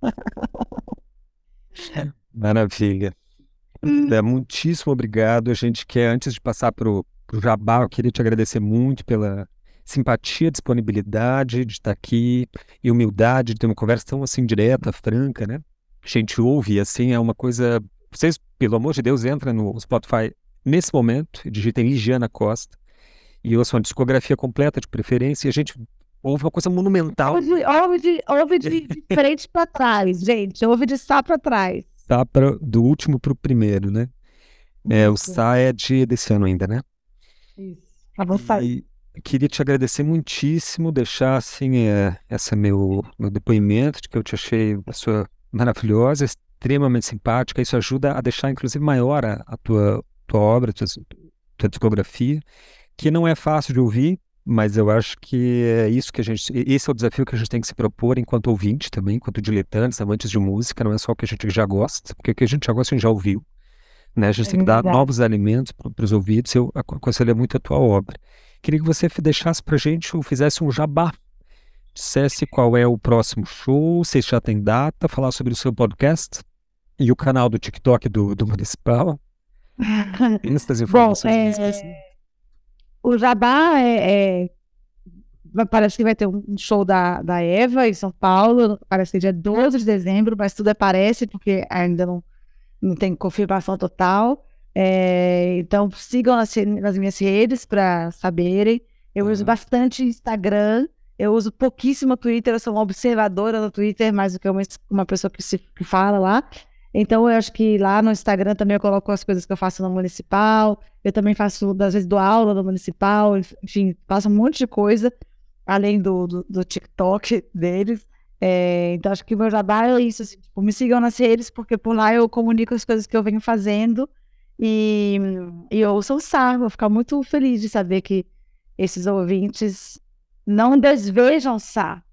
Maravilha. É, muitíssimo obrigado. A gente quer, antes de passar para o jabá, eu queria te agradecer muito pela simpatia, disponibilidade de estar aqui e humildade de ter uma conversa tão assim direta, franca, né? A gente ouve, assim, é uma coisa... Vocês, pelo amor de Deus, entrem no Spotify nesse momento, digitem Ligiana Costa e ouçam a discografia completa, de preferência, e a gente ouve uma coisa monumental. Ouve, ouve, de, ouve de, de frente para trás, gente. Ouve de Sá para trás. Tá pra, do último para o primeiro, né? É, o Isso. Sá é de, desse ano ainda, né? Isso. Avançar. E queria te agradecer muitíssimo, deixar assim, é, esse meu, meu depoimento de que eu te achei uma pessoa maravilhosa, extremamente simpática. Isso ajuda a deixar, inclusive, maior a, a tua, tua obra, a tua, tua discografia, que não é fácil de ouvir, mas eu acho que é isso que a gente... Esse é o desafio que a gente tem que se propor enquanto ouvinte também, enquanto diletantes, amantes de música. Não é só o que a gente já gosta, porque o que a gente já gosta a gente já ouviu, né? A gente É tem que dar verdade. novos alimentos para os ouvidos. Eu aconselho muito a tua obra. Queria que você deixasse para a gente, ou fizesse um jabá, dissesse qual é o próximo show, se já tem data, falar sobre o seu podcast e o canal do TikTok do, do Municipal. Essas Bom, informações. é, o Jabá é, é, vai- parece que vai ter um show da, da Eva em São Paulo, parece que é dia doze de dezembro, mas tudo é parece, porque ainda não, não tem confirmação total. É, então sigam nas, re- nas minhas redes para saberem. Eu uso Uhum. bastante Instagram, eu uso pouquíssimo Twitter, eu sou uma observadora no Twitter, mais do que uma, uma pessoa que, se, que fala lá. Então eu acho que lá no Instagram também eu coloco as coisas que eu faço no Municipal. Eu também faço, às vezes, dou aula no Municipal, enfim, faço um monte de coisa, além do, do, do TikTok deles. É, então, acho que o meu jabá é isso, assim, tipo, me sigam nas redes, porque por lá eu comunico as coisas que eu venho fazendo e, e eu ouço o Sá. Vou ficar muito feliz de saber que esses ouvintes não desvejam Sá.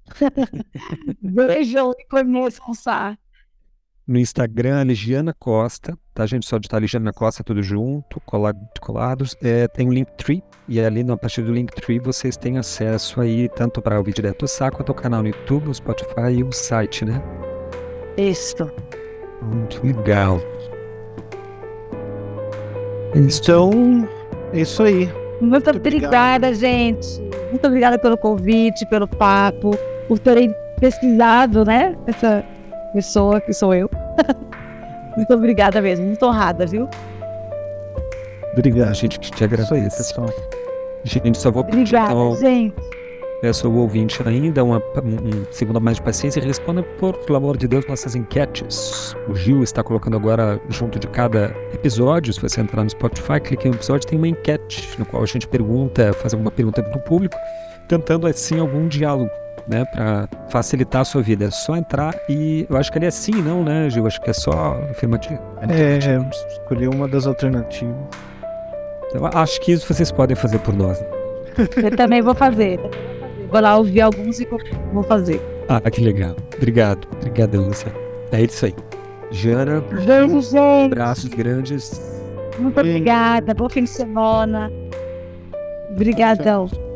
Vejam e conheçam o Sá. No Instagram, Ligiana Costa, tá, gente? Só digitar Ligiana Costa, tudo junto, colado, colados. É, tem o Linktree, e ali, a partir do Linktree, vocês têm acesso aí, tanto para ouvir direto o Sá, quanto ao canal no YouTube, o Spotify e o site, né? Isso. Muito legal. Então, é isso aí. Muito, Muito obrigada, obrigado. gente. Muito obrigada pelo convite, pelo papo, por terem pesquisado, né? Essa pessoa que sou eu. Muito obrigada mesmo, muito honrada, viu? Obrigado. A gente te Isso aí, agradece. pessoal. Gente, só vou pedir, Obrigada, então, gente. peço ao ouvinte ainda uma, um, um segundo mais de paciência e responda, por, pelo amor de Deus, nossas enquetes. O Gil está colocando agora, junto de cada episódio, se você entrar no Spotify, clique no episódio, tem uma enquete, no qual a gente pergunta, faz alguma pergunta para o público, tentando, assim, algum diálogo, né, para facilitar a sua vida. É só entrar e eu acho que ele é sim, não, né, Gil? Acho que é só afirmativo. É, escolhi uma das alternativas. Então, acho que isso vocês podem fazer por nós. Eu também vou fazer. Vou lá ouvir alguns e vou fazer. Ah, que legal. Obrigado. Obrigado, Lúcia. É isso aí. Jana, Beijo, gente. braços grandes. Muito obrigada. Bom fim de semana. Obrigadão.